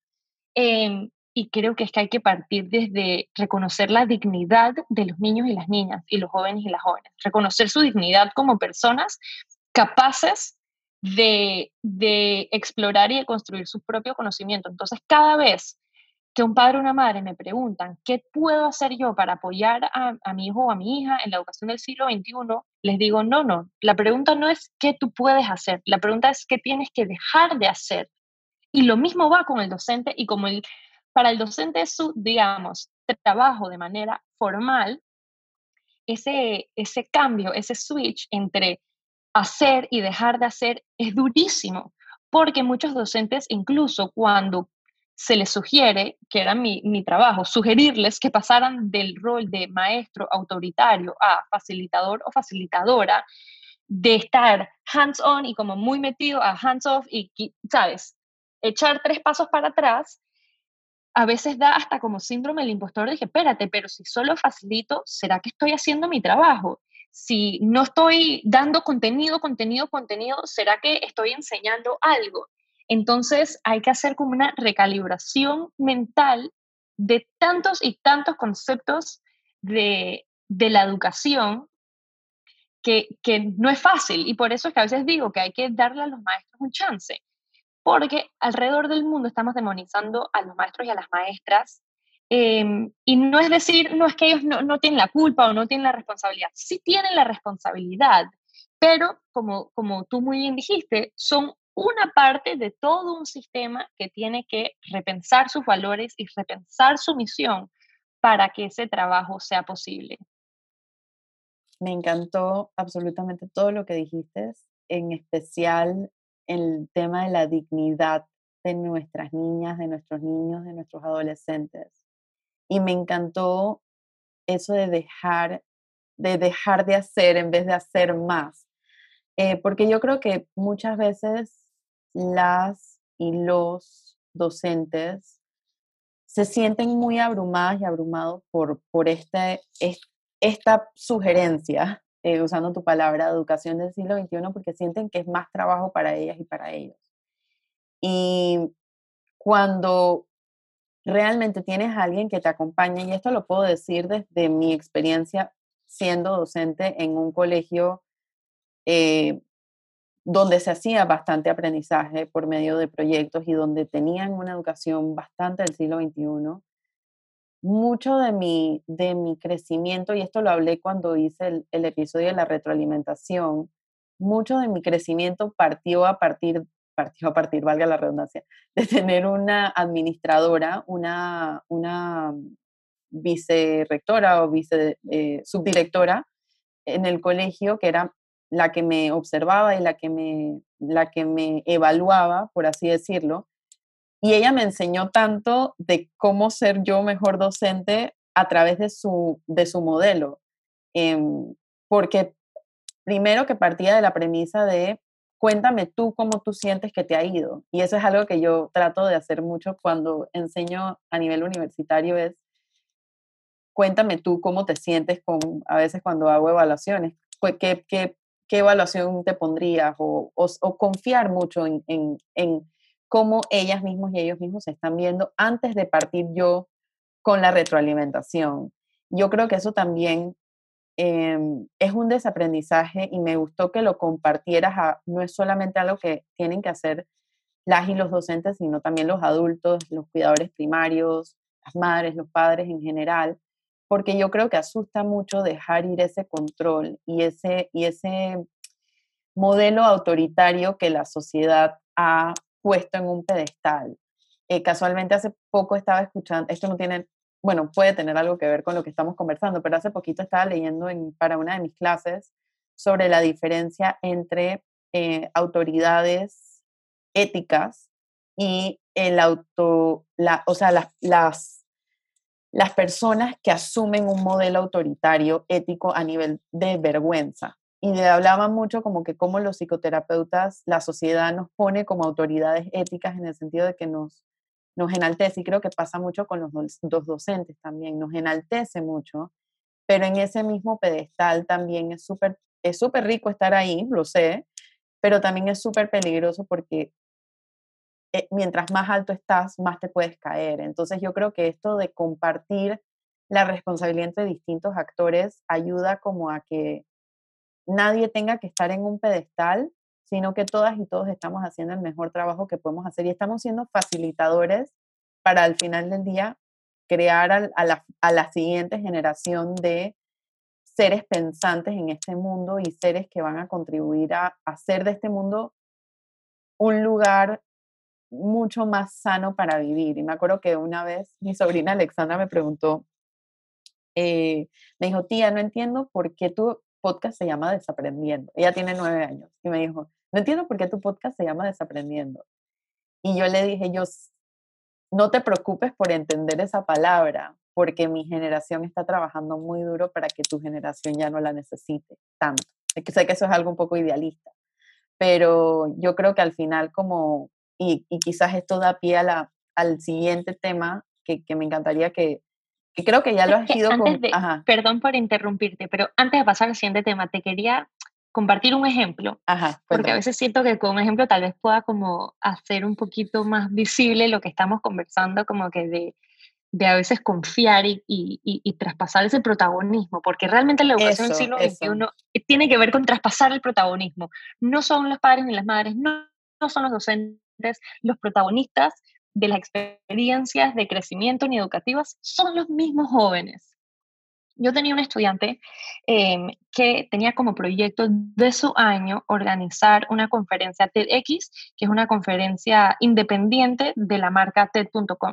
Y creo que es que hay que partir desde reconocer la dignidad de los niños y las niñas, y los jóvenes y las jóvenes, reconocer su dignidad como personas capaces de explorar y de construir su propio conocimiento. Entonces, cada vez que un padre o una madre me preguntan, ¿qué puedo hacer yo para apoyar a mi hijo o a mi hija en la educación del siglo XXI? Les digo, no, no, la pregunta no es qué tú puedes hacer, la pregunta es qué tienes que dejar de hacer. Y lo mismo va con el docente, y como para el docente es su, digamos, trabajo de manera formal, ese cambio, ese switch entre hacer y dejar de hacer es durísimo, porque muchos docentes, incluso cuando se les sugiere, que era mi trabajo, sugerirles que pasaran del rol de maestro autoritario a facilitador o facilitadora, de estar hands-on y como muy metido a hands-off y, ¿sabes? Echar 3 pasos para atrás, a veces da hasta como síndrome del impostor. Dije, espérate, pero si solo facilito, ¿será que estoy haciendo mi trabajo? Si no estoy dando contenido, ¿será que estoy enseñando algo? Entonces hay que hacer como una recalibración mental de tantos y tantos conceptos de la educación que no es fácil, y por eso es que a veces digo que hay que darle a los maestros un chance, porque alrededor del mundo estamos demonizando a los maestros y a las maestras, y no es decir, no es que ellos no tienen la culpa o no tienen la responsabilidad, sí tienen la responsabilidad, pero como tú muy bien dijiste, son una parte de todo un sistema que tiene que repensar sus valores y repensar su misión para que ese trabajo sea posible. Me encantó absolutamente todo lo que dijiste, en especial el tema de la dignidad de nuestras niñas, de nuestros niños, de nuestros adolescentes. Y me encantó eso de dejar de hacer en vez de hacer más. Porque yo creo que muchas veces las y los docentes se sienten muy abrumadas y abrumados por esta sugerencia, usando tu palabra, educación del siglo XXI, porque sienten que es más trabajo para ellas y para ellos. Y cuando realmente tienes a alguien que te acompaña, y esto lo puedo decir desde mi experiencia siendo docente en un colegio eh, donde se hacía bastante aprendizaje por medio de proyectos y donde tenían una educación bastante del siglo XXI. Mucho de mi crecimiento, y esto lo hablé cuando hice el episodio de la retroalimentación, mucho de mi crecimiento partió a partir, valga la redundancia, de tener una administradora, una vicerrectora o subdirectora en el colegio, que era la que me observaba y la que me evaluaba, por así decirlo, y ella me enseñó tanto de cómo ser yo mejor docente a través de su modelo. Porque primero que partía de la premisa de cuéntame tú cómo tú sientes que te ha ido. Y eso es algo que yo trato de hacer mucho cuando enseño a nivel universitario, es cuéntame tú cómo te sientes a veces cuando hago evaluaciones. ¿Qué evaluación te pondrías? O confiar mucho en cómo ellas mismas y ellos mismos se están viendo antes de partir yo con la retroalimentación. Yo creo que eso también es un desaprendizaje, y me gustó que lo compartieras. No es solamente algo que tienen que hacer las y los docentes, sino también los adultos, los cuidadores primarios, las madres, los padres en general, porque yo creo que asusta mucho dejar ir ese control y ese modelo autoritario que la sociedad ha puesto en un pedestal. Casualmente hace poco estaba escuchando, esto no tiene, bueno, puede tener algo que ver con lo que estamos conversando, pero hace poquito estaba leyendo para una de mis clases sobre la diferencia entre autoridades éticas y o sea, las personas que asumen un modelo autoritario ético a nivel de vergüenza. Y hablaban mucho como que como los psicoterapeutas, la sociedad nos pone como autoridades éticas en el sentido de que nos enaltece, y creo que pasa mucho con los docentes también, nos enaltece mucho, pero en ese mismo pedestal también es súper rico estar ahí, lo sé, pero también es súper peligroso porque mientras más alto estás, más te puedes caer. Entonces yo creo que esto de compartir la responsabilidad entre distintos actores ayuda como a que nadie tenga que estar en un pedestal, sino que todas y todos estamos haciendo el mejor trabajo que podemos hacer y estamos siendo facilitadores para al final del día crear a la siguiente generación de seres pensantes en este mundo y seres que van a contribuir a hacer de este mundo un lugar mucho más sano para vivir. Y me acuerdo que una vez mi sobrina Alexandra me preguntó, me dijo, tía, no entiendo por qué tu podcast se llama Desaprendiendo. Ella tiene 9 años y me dijo, no entiendo por qué tu podcast se llama Desaprendiendo. Y yo le dije, no te preocupes por entender esa palabra, porque mi generación está trabajando muy duro para que tu generación ya no la necesite tanto. Sé que eso es algo un poco idealista, pero yo creo que al final y quizás esto da pie al siguiente tema que me encantaría que creo que ya lo Es has que ido antes con, de, ajá, perdón por interrumpirte, pero antes de pasar al siguiente tema, te quería compartir un ejemplo, ajá, porque a cuéntame. veces siento que con un ejemplo tal vez pueda como hacer un poquito más visible lo que estamos conversando, como que de a veces confiar y traspasar ese protagonismo, porque realmente la educación del Eso, siglo eso, XXI tiene que ver con traspasar el protagonismo. No son los padres ni las madres, no son los docentes los protagonistas de las experiencias de crecimiento ni educativas, son los mismos jóvenes. Yo tenía un estudiante que tenía como proyecto de su año organizar una conferencia TEDx, que es una conferencia independiente de la marca TED.com.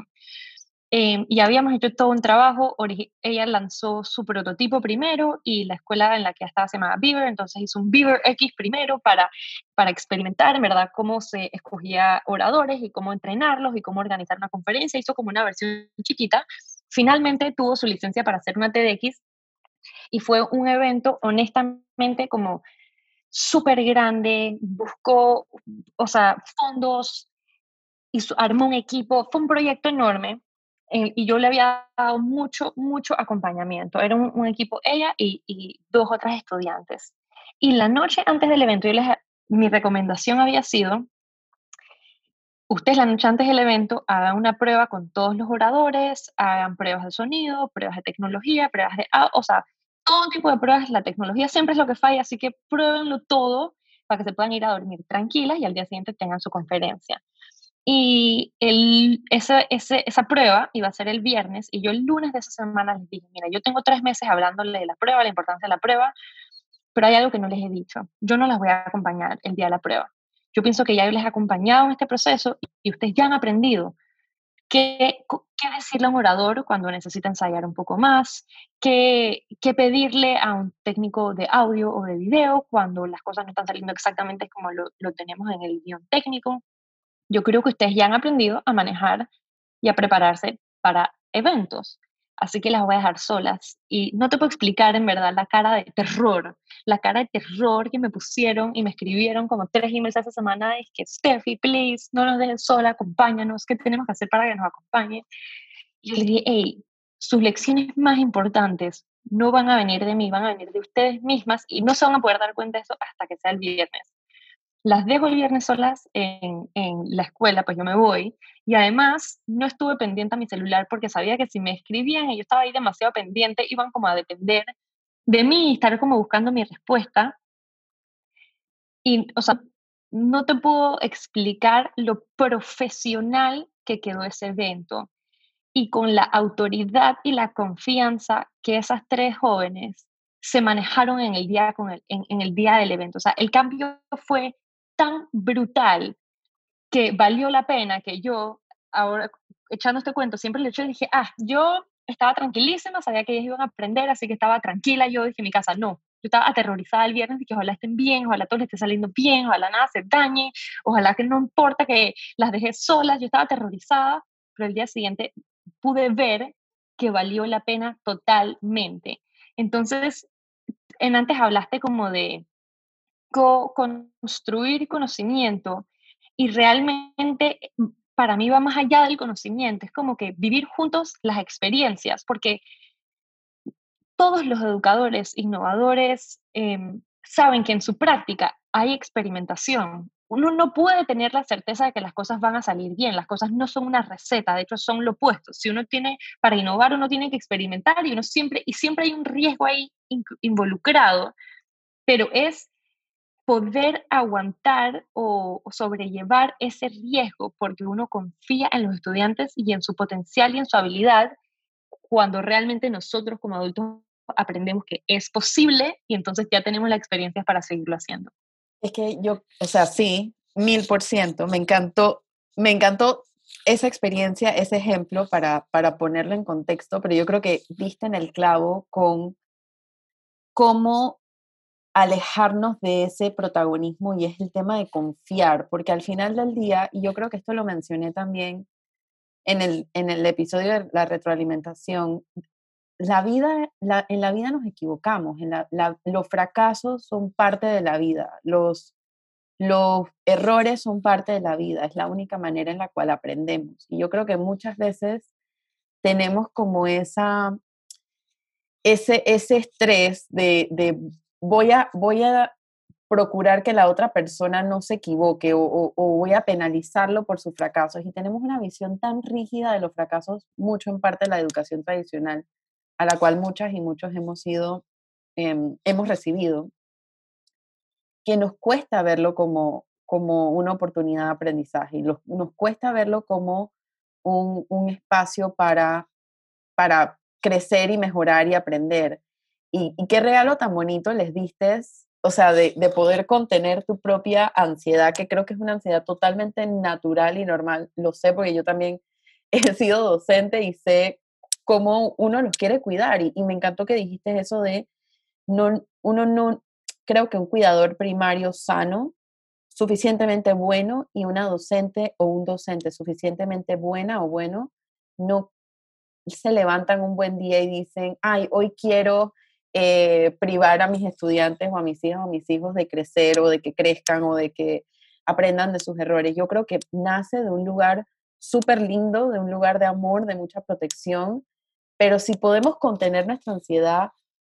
Y habíamos hecho todo un trabajo, ella lanzó su prototipo primero y la escuela en la que estaba se llamaba Beaver, entonces hizo un Beaver X primero para experimentar en verdad cómo se escogía oradores y cómo entrenarlos y cómo organizar una conferencia, hizo como una versión chiquita, finalmente tuvo su licencia para hacer una TEDx y fue un evento honestamente como súper grande, buscó, o sea, fondos, armó un equipo, fue un proyecto enorme y yo le había dado mucho, mucho acompañamiento. Era un equipo ella y dos otras estudiantes. Y la noche antes del evento, mi recomendación había sido, ustedes la noche antes del evento hagan una prueba con todos los oradores, hagan pruebas de sonido, pruebas de tecnología, pruebas de, o sea, todo tipo de pruebas. La tecnología siempre es lo que falla, así que pruébenlo todo para que se puedan ir a dormir tranquilas y al día siguiente tengan su conferencia. Y esa prueba iba a ser el viernes y yo el lunes de esa semana les dije, mira, yo tengo 3 meses hablándole de la prueba, la importancia de la prueba, pero hay algo que no les he dicho. Yo no las voy a acompañar el día de la prueba. Yo pienso que ya yo les he acompañado en este proceso y ustedes ya han aprendido qué decirle a un orador cuando necesita ensayar un poco más, qué pedirle a un técnico de audio o de video cuando las cosas no están saliendo exactamente como lo tenemos en el guión técnico. Yo creo que ustedes ya han aprendido a manejar y a prepararse para eventos, así que las voy a dejar solas. Y no te puedo explicar en verdad la cara de terror que me pusieron y me escribieron como 3 emails esa semana, es que Steffi, please, no nos dejen sola, acompáñanos, ¿qué tenemos que hacer para que nos acompañe? Y yo le dije, hey, sus lecciones más importantes no van a venir de mí, van a venir de ustedes mismas y no se van a poder dar cuenta de eso hasta que sea el viernes. Las dejo el viernes solas en la escuela, pues yo me voy. Y además no estuve pendiente a mi celular porque sabía que si me escribían y yo estaba ahí demasiado pendiente, iban como a depender de mí y estar como buscando mi respuesta. Y, o sea, no te puedo explicar lo profesional que quedó ese evento. y con la autoridad y la confianza que esas tres jóvenes se manejaron en el día, en el día del evento. O sea, el cambio fue tan brutal que valió la pena que yo, ahora echando este cuento, siempre le dije, yo estaba tranquilísima, sabía que ellos iban a aprender, así que estaba tranquila. Yo dije en mi casa, no, yo estaba aterrorizada el viernes de que ojalá estén bien, ojalá todo les esté saliendo bien, ojalá nada se dañe, ojalá que no importa que las dejé solas. Yo estaba aterrorizada, pero el día siguiente pude ver que valió la pena totalmente. Entonces, en antes hablaste como de construir conocimiento, y realmente para mí va más allá del conocimiento, es como que vivir juntos las experiencias, porque todos los educadores, innovadores, saben que en su práctica hay experimentación. Uno no puede tener la certeza de que las cosas van a salir bien, las cosas no son una receta, de hecho son lo opuesto. Si uno tiene, para innovar uno tiene que experimentar, y siempre hay un riesgo ahí involucrado, pero es poder aguantar o sobrellevar ese riesgo porque uno confía en los estudiantes y en su potencial y en su habilidad, cuando realmente nosotros como adultos aprendemos que es posible y entonces ya tenemos la experiencia para seguirlo haciendo. Es que yo, o sea, sí, 1000%, me encantó esa experiencia, ese ejemplo para ponerlo en contexto, pero yo creo que diste en el clavo con cómo alejarnos de ese protagonismo y es el tema de confiar, porque al final del día, y yo creo que esto lo mencioné también en el episodio de la retroalimentación, en la vida nos equivocamos, los fracasos son parte de la vida, los errores son parte de la vida, es la única manera en la cual aprendemos. Y yo creo que muchas veces tenemos como ese estrés de voy a procurar que la otra persona no se equivoque o voy a penalizarlo por sus fracasos. Y tenemos una visión tan rígida de los fracasos, mucho en parte de la educación tradicional, a la cual muchas y muchos hemos recibido, que nos cuesta verlo como una oportunidad de aprendizaje y nos cuesta verlo como un espacio para crecer y mejorar y aprender. Y qué regalo tan bonito les diste, o sea, de poder contener tu propia ansiedad, que creo que es una ansiedad totalmente natural y normal. Lo sé porque yo también he sido docente y sé cómo uno los quiere cuidar. Y me encantó que dijiste eso de uno no, creo que un cuidador primario sano, suficientemente bueno, y una docente o un docente suficientemente buena o bueno, no se levantan un buen día y dicen, ay, hoy quiero privar a mis estudiantes o a mis hijas o a mis hijos de crecer o de que crezcan o de que aprendan de sus errores. Yo creo que nace de un lugar súper lindo, de un lugar de amor, de mucha protección, pero si podemos contener nuestra ansiedad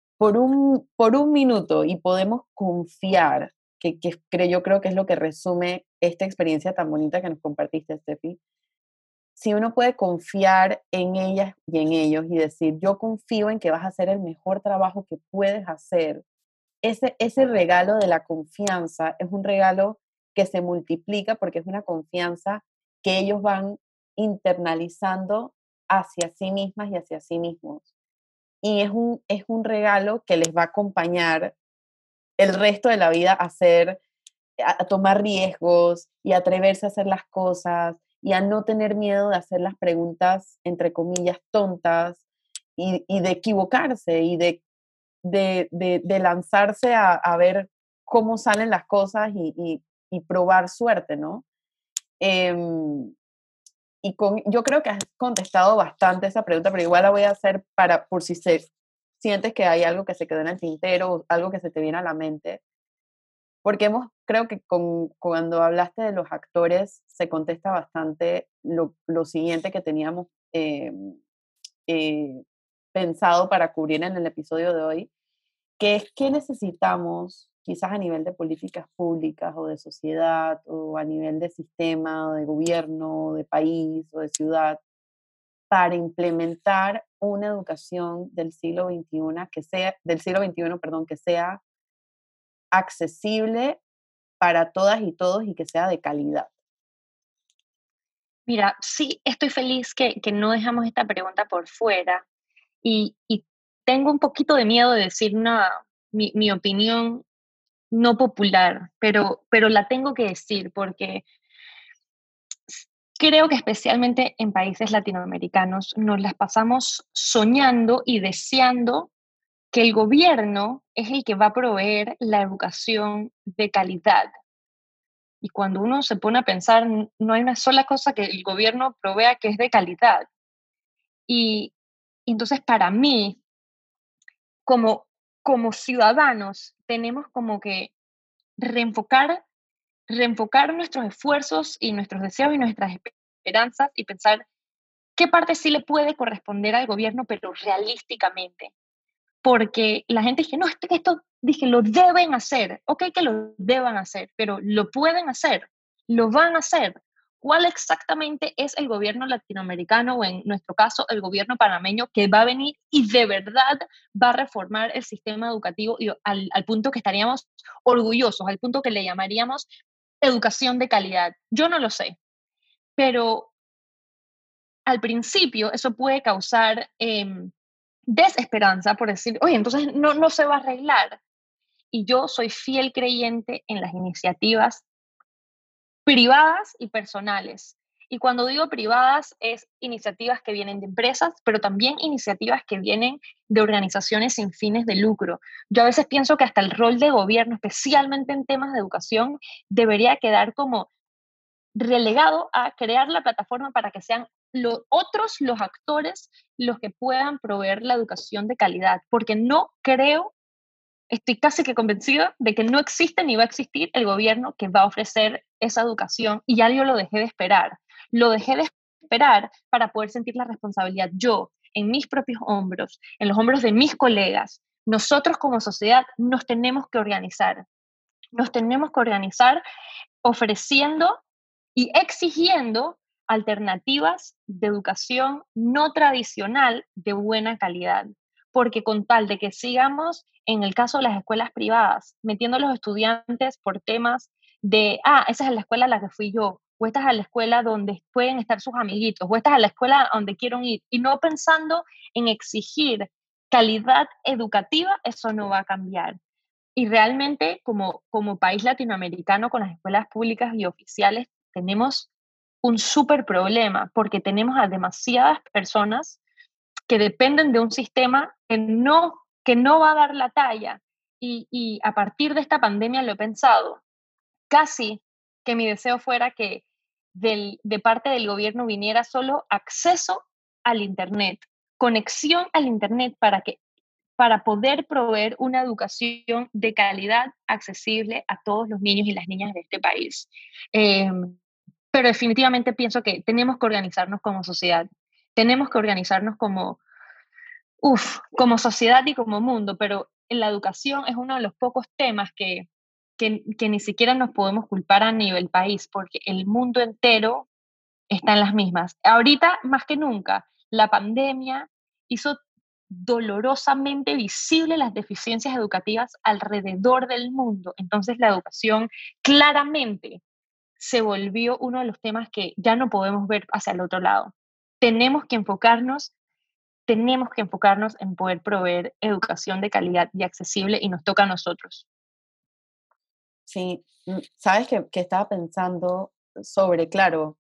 por un minuto y podemos confiar, yo creo que es lo que resume esta experiencia tan bonita que nos compartiste, Steffi. Si uno puede confiar en ellas y en ellos y decir, yo confío en que vas a hacer el mejor trabajo que puedes hacer, ese regalo de la confianza es un regalo que se multiplica porque es una confianza que ellos van internalizando hacia sí mismas y hacia sí mismos. Y es un regalo que les va a acompañar el resto de la vida a tomar riesgos y a atreverse a hacer las cosas y a no tener miedo de hacer las preguntas, entre comillas, tontas y de equivocarse y de lanzarse a ver cómo salen las cosas y probar suerte, ¿no? Em, yo creo que has contestado bastante esa pregunta, pero igual la voy a hacer por si sientes que hay algo que se quedó en el tintero o algo que se te viene a la mente. Porque creo que cuando hablaste de los actores, se contesta bastante lo siguiente que teníamos eh, pensado para cubrir en el episodio de hoy, que es qué necesitamos, quizás a nivel de políticas públicas o de sociedad o a nivel de sistema o de gobierno, o de país o de ciudad, para implementar una educación del siglo XXI, perdón, que sea accesible para todas y todos y que sea de calidad. Mira, sí, estoy feliz que no dejamos esta pregunta por fuera y tengo un poquito de miedo de decir mi opinión no popular, pero la tengo que decir porque creo que especialmente en países latinoamericanos nos las pasamos soñando y deseando que el gobierno es el que va a proveer la educación de calidad. Y cuando uno se pone a pensar, no hay una sola cosa que el gobierno provea que es de calidad. Y entonces para mí, como, como ciudadanos, tenemos como que reenfocar, reenfocar nuestros esfuerzos y nuestros deseos y nuestras esperanzas y pensar qué parte sí le puede corresponder al gobierno, pero realísticamente. Porque la gente dice, no, esto, dije, lo deben hacer. Ok, que lo deban hacer, pero lo pueden hacer, lo van a hacer. ¿Cuál exactamente es el gobierno latinoamericano o en nuestro caso el gobierno panameño que va a venir y de verdad va a reformar el sistema educativo y al punto que estaríamos orgullosos, al punto que le llamaríamos educación de calidad? Yo no lo sé, pero al principio eso puede causar desesperanza por decir, oye, entonces no se va a arreglar. Y yo soy fiel creyente en las iniciativas privadas y personales. Y cuando digo privadas es iniciativas que vienen de empresas, pero también iniciativas que vienen de organizaciones sin fines de lucro. Yo a veces pienso que hasta el rol de gobierno, especialmente en temas de educación, debería quedar como relegado a crear la plataforma para que sean los actores los que puedan proveer la educación de calidad, porque no creo, estoy casi que convencida de que no existe ni va a existir el gobierno que va a ofrecer esa educación y ya yo lo dejé de esperar. Lo dejé de esperar para poder sentir la responsabilidad yo, en mis propios hombros, en los hombros de mis colegas. Nosotros como sociedad nos tenemos que organizar ofreciendo y exigiendo alternativas de educación no tradicional de buena calidad. Porque con tal de que sigamos, en el caso de las escuelas privadas, metiendo a los estudiantes por temas de, esa es la escuela a la que fui yo, o esta es la escuela donde pueden estar sus amiguitos, o esta es la escuela a donde quiero ir, y no pensando en exigir calidad educativa, eso no va a cambiar. Y realmente, como país latinoamericano, con las escuelas públicas y oficiales, tenemos un súper problema porque tenemos a demasiadas personas que dependen de un sistema que no va a dar la talla. Y a partir de esta pandemia lo he pensado, casi que mi deseo fuera que de parte del gobierno viniera solo acceso al Internet, conexión al Internet para poder proveer una educación de calidad accesible a todos los niños y las niñas de este país. Eh, pero definitivamente pienso que tenemos que organizarnos como sociedad, tenemos que organizarnos como sociedad y como mundo, pero en la educación es uno de los pocos temas que ni siquiera nos podemos culpar a nivel país, porque el mundo entero está en las mismas. Ahorita, más que nunca, la pandemia hizo dolorosamente visibles las deficiencias educativas alrededor del mundo. Entonces, la educación claramente se volvió uno de los temas que ya no podemos ver hacia el otro lado. Tenemos que enfocarnos, tenemos que enfocarnos en poder proveer educación de calidad y accesible y nos toca a nosotros. Sí, sabes que estaba pensando sobre, claro,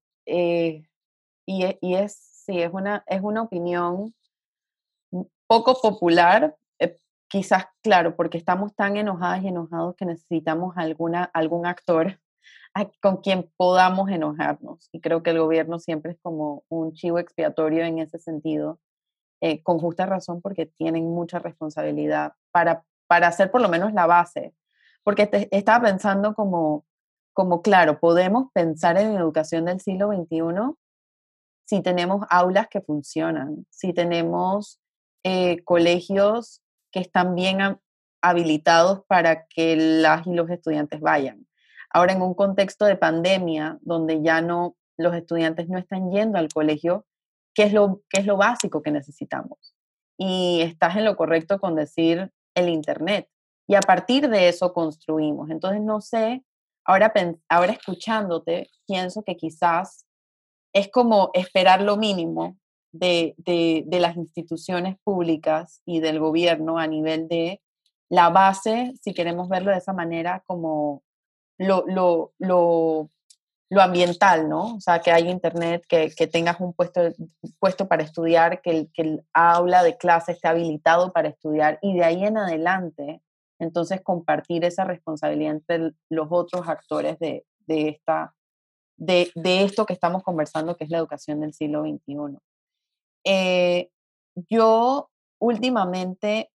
y es, sí, es una opinión poco popular, quizás, claro, porque estamos tan enojadas y enojados que necesitamos algún actor con quien podamos enojarnos. Y creo que el gobierno siempre es como un chivo expiatorio en ese sentido, con justa razón porque tienen mucha responsabilidad para hacer por lo menos la base. Porque estaba pensando como, claro, podemos pensar en educación del siglo XXI si tenemos aulas que funcionan, si tenemos colegios que están bien habilitados para que las y los estudiantes vayan. Ahora, en un contexto de pandemia, donde ya no, los estudiantes no están yendo al colegio, qué es lo básico que necesitamos? Y estás en lo correcto con decir el Internet. Y a partir de eso construimos. Entonces, no sé, ahora escuchándote, pienso que quizás es como esperar lo mínimo de las instituciones públicas y del gobierno a nivel de la base, si queremos verlo de esa manera, como lo, lo, lo, lo ambiental, ¿no? O sea, que haya internet, que tengas un puesto para estudiar, que el aula de clase esté habilitado para estudiar y de ahí en adelante, entonces compartir esa responsabilidad entre los otros actores de esto que estamos conversando, que es la educación del siglo XXI. Eh, yo últimamente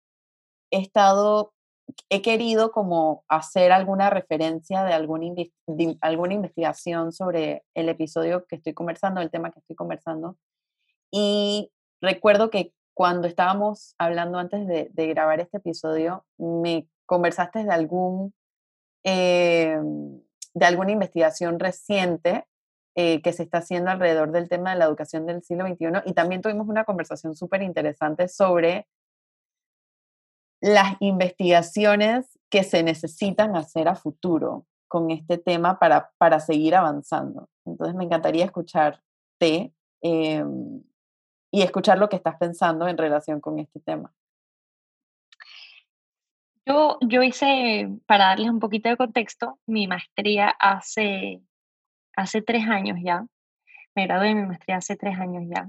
he querido como hacer alguna referencia de alguna investigación sobre el episodio que estoy conversando, el tema que estoy conversando. Y recuerdo que cuando estábamos hablando antes de grabar este episodio, me conversaste eh, de alguna investigación reciente que se está haciendo alrededor del tema de la educación del siglo XXI y también tuvimos una conversación súper interesante sobre las investigaciones que se necesitan hacer a futuro con este tema para seguir avanzando. Entonces me encantaría escucharte eh, y escuchar lo que estás pensando en relación con este tema. Yo hice, para darles un poquito de contexto, mi maestría hace 3 años ya. Me gradué de mi maestría hace 3 años ya.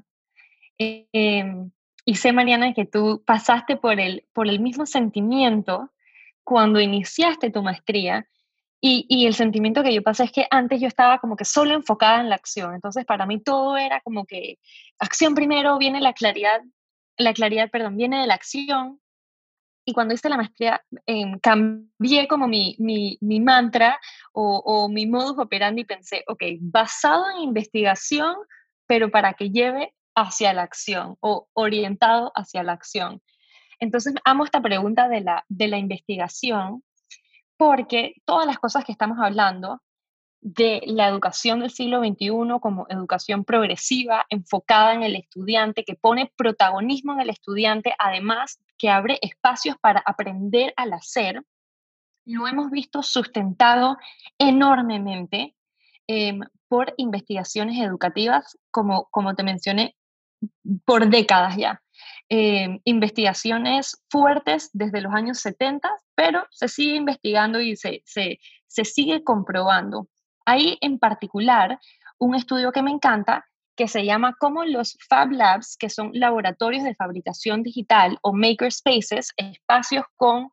Em, y sé, Mariana, que tú pasaste por el mismo sentimiento cuando iniciaste tu maestría. Y el sentimiento que yo pasé es que antes yo estaba como que solo enfocada en la acción. Entonces, para mí todo era como que acción primero, viene la claridad, perdón, viene de la acción. Y cuando hice la maestría, cambié como mi mantra o mi modus operandi y pensé, ok, basado en investigación, pero para que lleve hacia la acción o orientado hacia la acción. Entonces, amo esta pregunta de la investigación porque todas las cosas que estamos hablando de la educación del siglo XXI como educación progresiva, enfocada en el estudiante, que pone protagonismo en el estudiante, además que abre espacios para aprender al hacer, lo hemos visto sustentado enormemente por investigaciones educativas, como te mencioné, por décadas ya. Investigaciones fuertes desde los años 70, pero se sigue investigando y se sigue comprobando. Hay en particular un estudio que me encanta que se llama como los Fab Labs, que son laboratorios de fabricación digital o makerspaces, espacios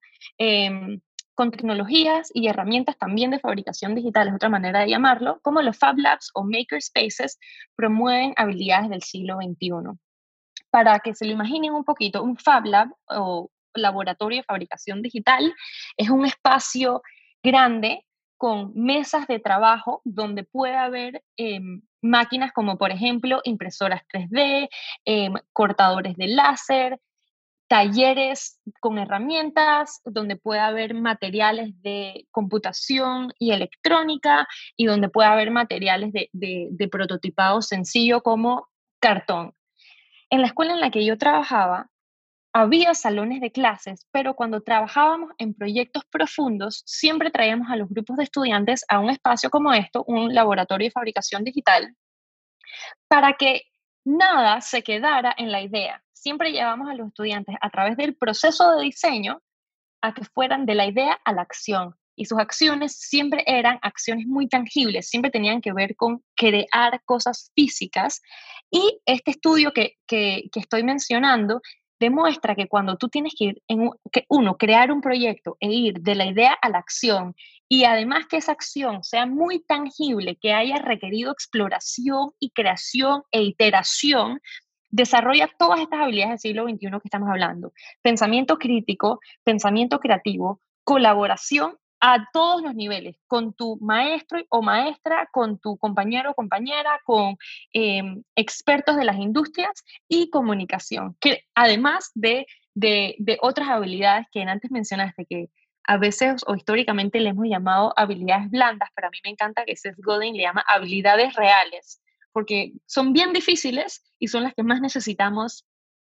con tecnologías y herramientas también de fabricación digital, es otra manera de llamarlo, como los Fab Labs o makerspaces promueven habilidades del siglo XXI. Para que se lo imaginen un poquito, un Fab Lab o laboratorio de fabricación digital es un espacio grande con mesas de trabajo donde puede haber máquinas como por ejemplo impresoras 3D, cortadores de láser, talleres con herramientas, donde puede haber materiales de computación y electrónica y donde puede haber materiales de prototipado sencillo como cartón. En la escuela en la que yo trabajaba, había salones de clases, pero cuando trabajábamos en proyectos profundos, siempre traíamos a los grupos de estudiantes a un espacio como esto, un laboratorio de fabricación digital, para que nada se quedara en la idea. Siempre llevamos a los estudiantes a través del proceso de diseño a que fueran de la idea a la acción. Y sus acciones siempre eran acciones muy tangibles, siempre tenían que ver con crear cosas físicas. Y este estudio que estoy mencionando demuestra que cuando tú tienes que ir, crear un proyecto e ir de la idea a la acción, y además que esa acción sea muy tangible, que haya requerido exploración y creación e iteración, desarrolla todas estas habilidades del siglo XXI que estamos hablando. Pensamiento crítico, pensamiento creativo, colaboración a todos los niveles, con tu maestro o maestra, con tu compañero o compañera, con expertos de las industrias y comunicación, que además de otras habilidades que antes mencionaste, que a veces o históricamente le hemos llamado habilidades blandas, pero a mí me encanta que Seth Godin le llama habilidades reales, porque son bien difíciles y son las que más necesitamos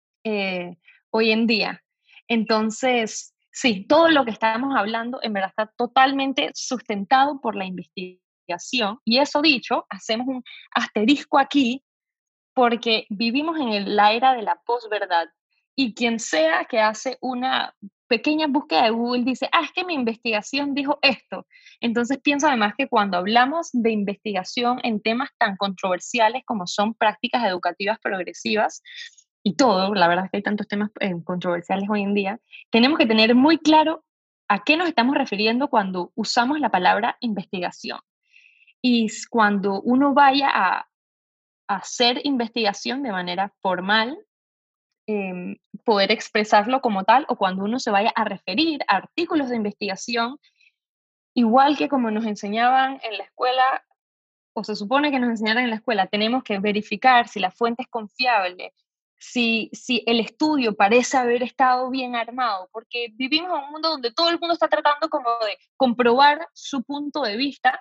hoy en día. Entonces, sí, todo lo que estábamos hablando en verdad está totalmente sustentado por la investigación. investigación. Y eso dicho, hacemos un asterisco aquí porque vivimos en la era de la posverdad y quien sea que hace una pequeña búsqueda de Google dice, es que mi investigación dijo esto. Entonces pienso además que cuando hablamos de investigación en temas tan controversiales como son prácticas educativas progresivas y todo, la verdad es que hay tantos temas controversiales hoy en día, tenemos que tener muy claro a qué nos estamos refiriendo cuando usamos la palabra investigación. Y cuando uno vaya a hacer investigación de manera formal, poder expresarlo como tal, o cuando uno se vaya a referir a artículos de investigación, igual que como nos enseñaban en la escuela, o se supone que nos enseñaran en la escuela, tenemos que verificar si la fuente es confiable, si el estudio parece haber estado bien armado, porque vivimos en un mundo donde todo el mundo está tratando como de comprobar su punto de vista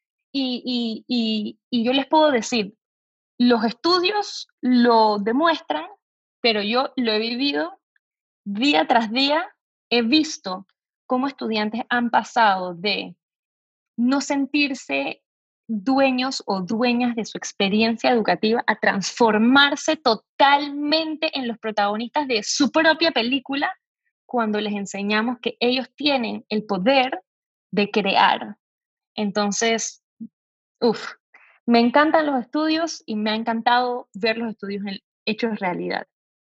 y yo les puedo decir, los estudios lo demuestran, pero yo lo he vivido día tras día. He visto cómo estudiantes han pasado de no sentirse dueños o dueñas de su experiencia educativa a transformarse totalmente en los protagonistas de su propia película cuando les enseñamos que ellos tienen el poder de crear. Entonces, uf, me encantan los estudios y me ha encantado ver los estudios hechos realidad.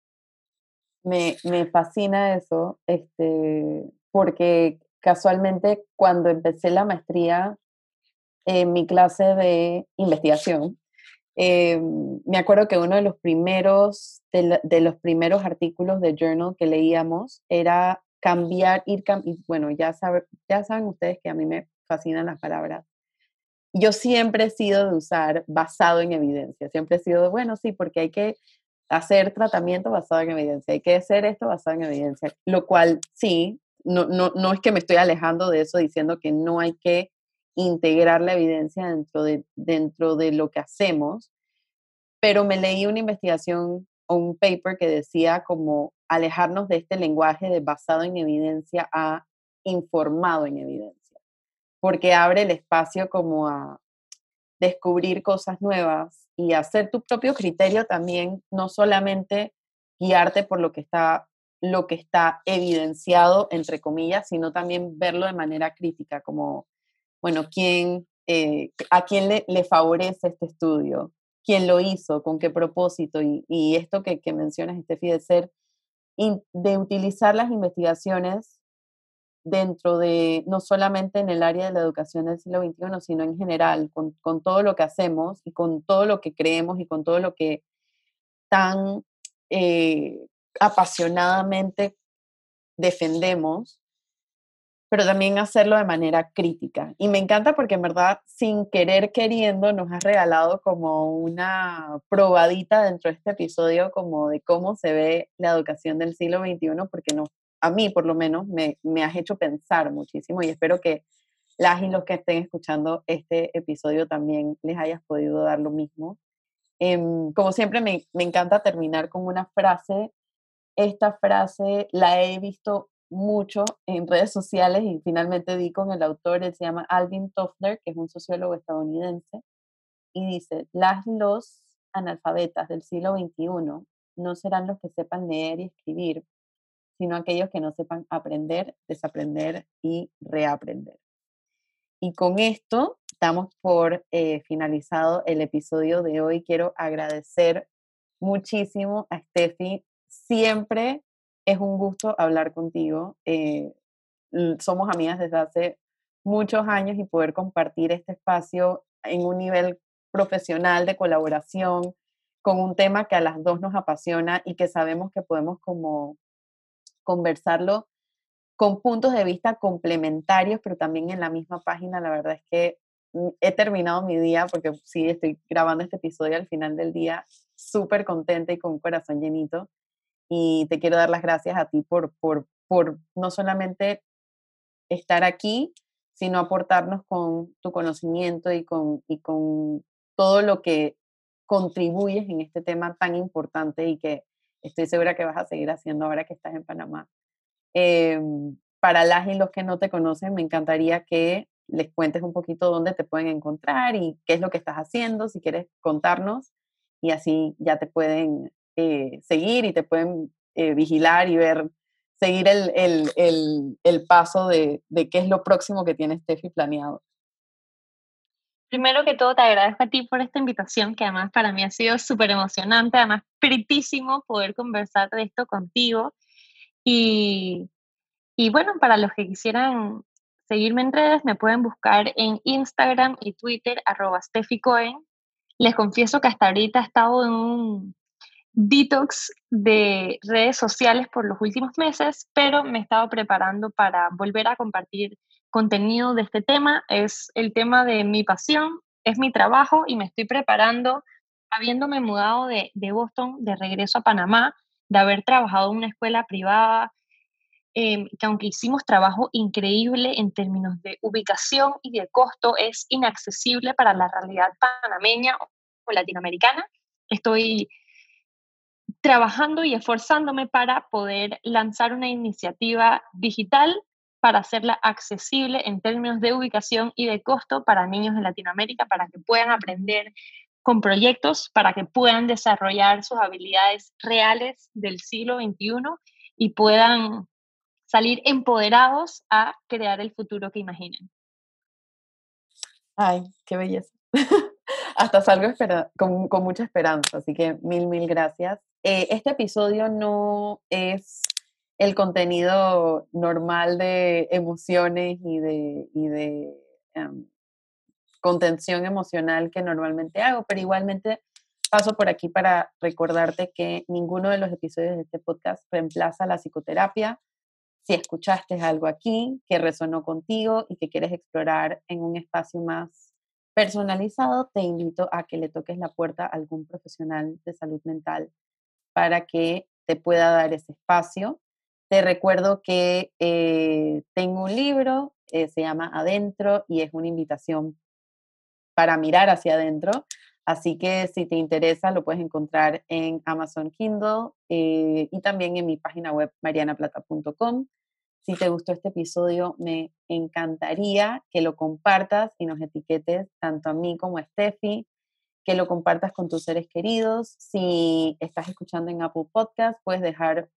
Me fascina eso, porque casualmente cuando empecé la maestría en mi clase de investigación, me acuerdo que uno de los primeros, de los primeros artículos de journal que leíamos era cambiar, y bueno, ya saben ustedes que a mí me fascinan las palabras. Yo siempre he sido de usar basado en evidencia, siempre he sido de, bueno, sí, porque hay que hacer tratamiento basado en evidencia, hay que hacer esto basado en evidencia, lo cual sí, no es que me estoy alejando de eso diciendo que no hay que integrar la evidencia dentro de lo que hacemos, pero me leí una investigación o un paper que decía como alejarnos de este lenguaje de basado en evidencia a informado en evidencia, porque abre el espacio como a descubrir cosas nuevas y hacer tu propio criterio también, no solamente guiarte por lo que está evidenciado, entre comillas, sino también verlo de manera crítica, como, bueno, a quién le favorece este estudio, quién lo hizo, con qué propósito, y esto que mencionas, Steffi, de utilizar las investigaciones dentro de, no solamente en el área de la educación del siglo XXI, sino en general, con todo lo que hacemos y con todo lo que creemos y con todo lo que tan eh, apasionadamente defendemos, pero también hacerlo de manera crítica. Y me encanta porque en verdad, sin querer queriendo, nos has regalado como una probadita dentro de este episodio como de cómo se ve la educación del siglo XXI, porque no, a mí por lo menos me has hecho pensar muchísimo y espero que las y los que estén escuchando este episodio también les hayas podido dar lo mismo. Como siempre, me encanta terminar con una frase. Esta frase la he visto mucho en redes sociales y finalmente di con el autor, él se llama Alvin Toffler, que es un sociólogo estadounidense, y dice, las y los analfabetas del siglo XXI no serán los que sepan leer y escribir, sino aquellos que no sepan aprender, desaprender y reaprender. Y con esto damos por finalizado el episodio de hoy. Quiero agradecer muchísimo a Steffi. Siempre es un gusto hablar contigo. Somos amigas desde hace muchos años y poder compartir este espacio en un nivel profesional de colaboración con un tema que a las dos nos apasiona y que sabemos que podemos como conversarlo con puntos de vista complementarios, pero también en la misma página. La verdad es que he terminado mi día, porque sí, estoy grabando este episodio al final del día, súper contenta y con un corazón llenito. Y te quiero dar las gracias a ti por no solamente estar aquí, sino aportarnos con tu conocimiento y con todo lo que contribuyes en este tema tan importante y que estoy segura que vas a seguir haciendo ahora que estás en Panamá. Para las y los que no te conocen, me encantaría que les cuentes un poquito dónde te pueden encontrar y qué es lo que estás haciendo, si quieres contarnos, y así ya te pueden seguir y te pueden vigilar y ver, seguir el paso de qué es lo próximo que tiene Steffi planeado. Primero que todo, te agradezco a ti por esta invitación, que además para mí ha sido súper emocionante, además peritísimo poder conversar de esto contigo. Y, y bueno, para los que quisieran seguirme en redes, me pueden buscar en Instagram y Twitter, @SteffiCohen. Les confieso que hasta ahorita he estado en un detox de redes sociales por los últimos meses, pero me he estado preparando para volver a compartir contenido de este tema. Es el tema de mi pasión, es mi trabajo y me estoy preparando, habiéndome mudado de Boston de regreso a Panamá, de haber trabajado en una escuela privada, que aunque hicimos trabajo increíble en términos de ubicación y de costo, es inaccesible para la realidad panameña o latinoamericana. Estoy trabajando y esforzándome para poder lanzar una iniciativa digital para hacerla accesible en términos de ubicación y de costo para niños en Latinoamérica, para que puedan aprender con proyectos, para que puedan desarrollar sus habilidades reales del siglo XXI y puedan salir empoderados a crear el futuro que imaginen. Ay, qué belleza. Hasta salgo con mucha esperanza, así que mil gracias. Este episodio no es el contenido normal de emociones y de contención emocional que normalmente hago, pero igualmente paso por aquí para recordarte que ninguno de los episodios de este podcast reemplaza la psicoterapia. Si escuchaste algo aquí que resonó contigo y que quieres explorar en un espacio más personalizado, te invito a que le toques la puerta a algún profesional de salud mental para que te pueda dar ese espacio. Te recuerdo que tengo un libro, se llama Adentro y es una invitación para mirar hacia adentro. Así que si te interesa, lo puedes encontrar en Amazon Kindle y también en mi página web marianaplata.com. Si te gustó este episodio, me encantaría que lo compartas y nos etiquetes tanto a mí como a Steffi, que lo compartas con tus seres queridos. Si estás escuchando en Apple Podcast, puedes dejar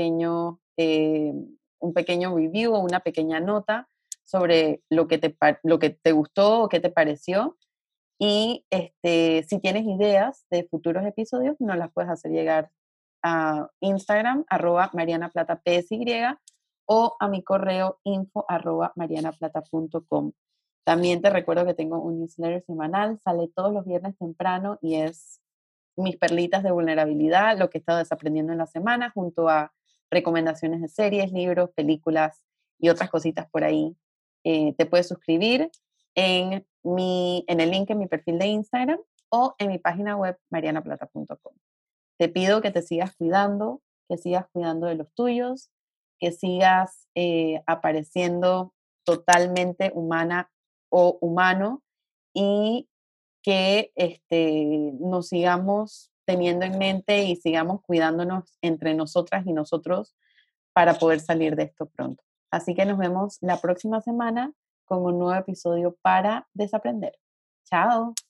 un pequeño review o una pequeña nota sobre lo que te gustó o qué te pareció. Y si tienes ideas de futuros episodios, nos las puedes hacer llegar a Instagram, @marianaplatapsy, o a mi correo info@marianaplata.com. También te recuerdo que tengo un newsletter semanal, sale todos los viernes temprano y es mis perlitas de vulnerabilidad, lo que he estado desaprendiendo en la semana, junto a recomendaciones de series, libros, películas y otras cositas por ahí. Te puedes suscribir en el link en mi perfil de Instagram o en mi página web marianaplata.com. Te pido que te sigas cuidando, que sigas cuidando de los tuyos, que sigas apareciendo totalmente humana o humano y que nos sigamos teniendo en mente y sigamos cuidándonos entre nosotras y nosotros para poder salir de esto pronto. Así que nos vemos la próxima semana con un nuevo episodio para desaprender. Chao.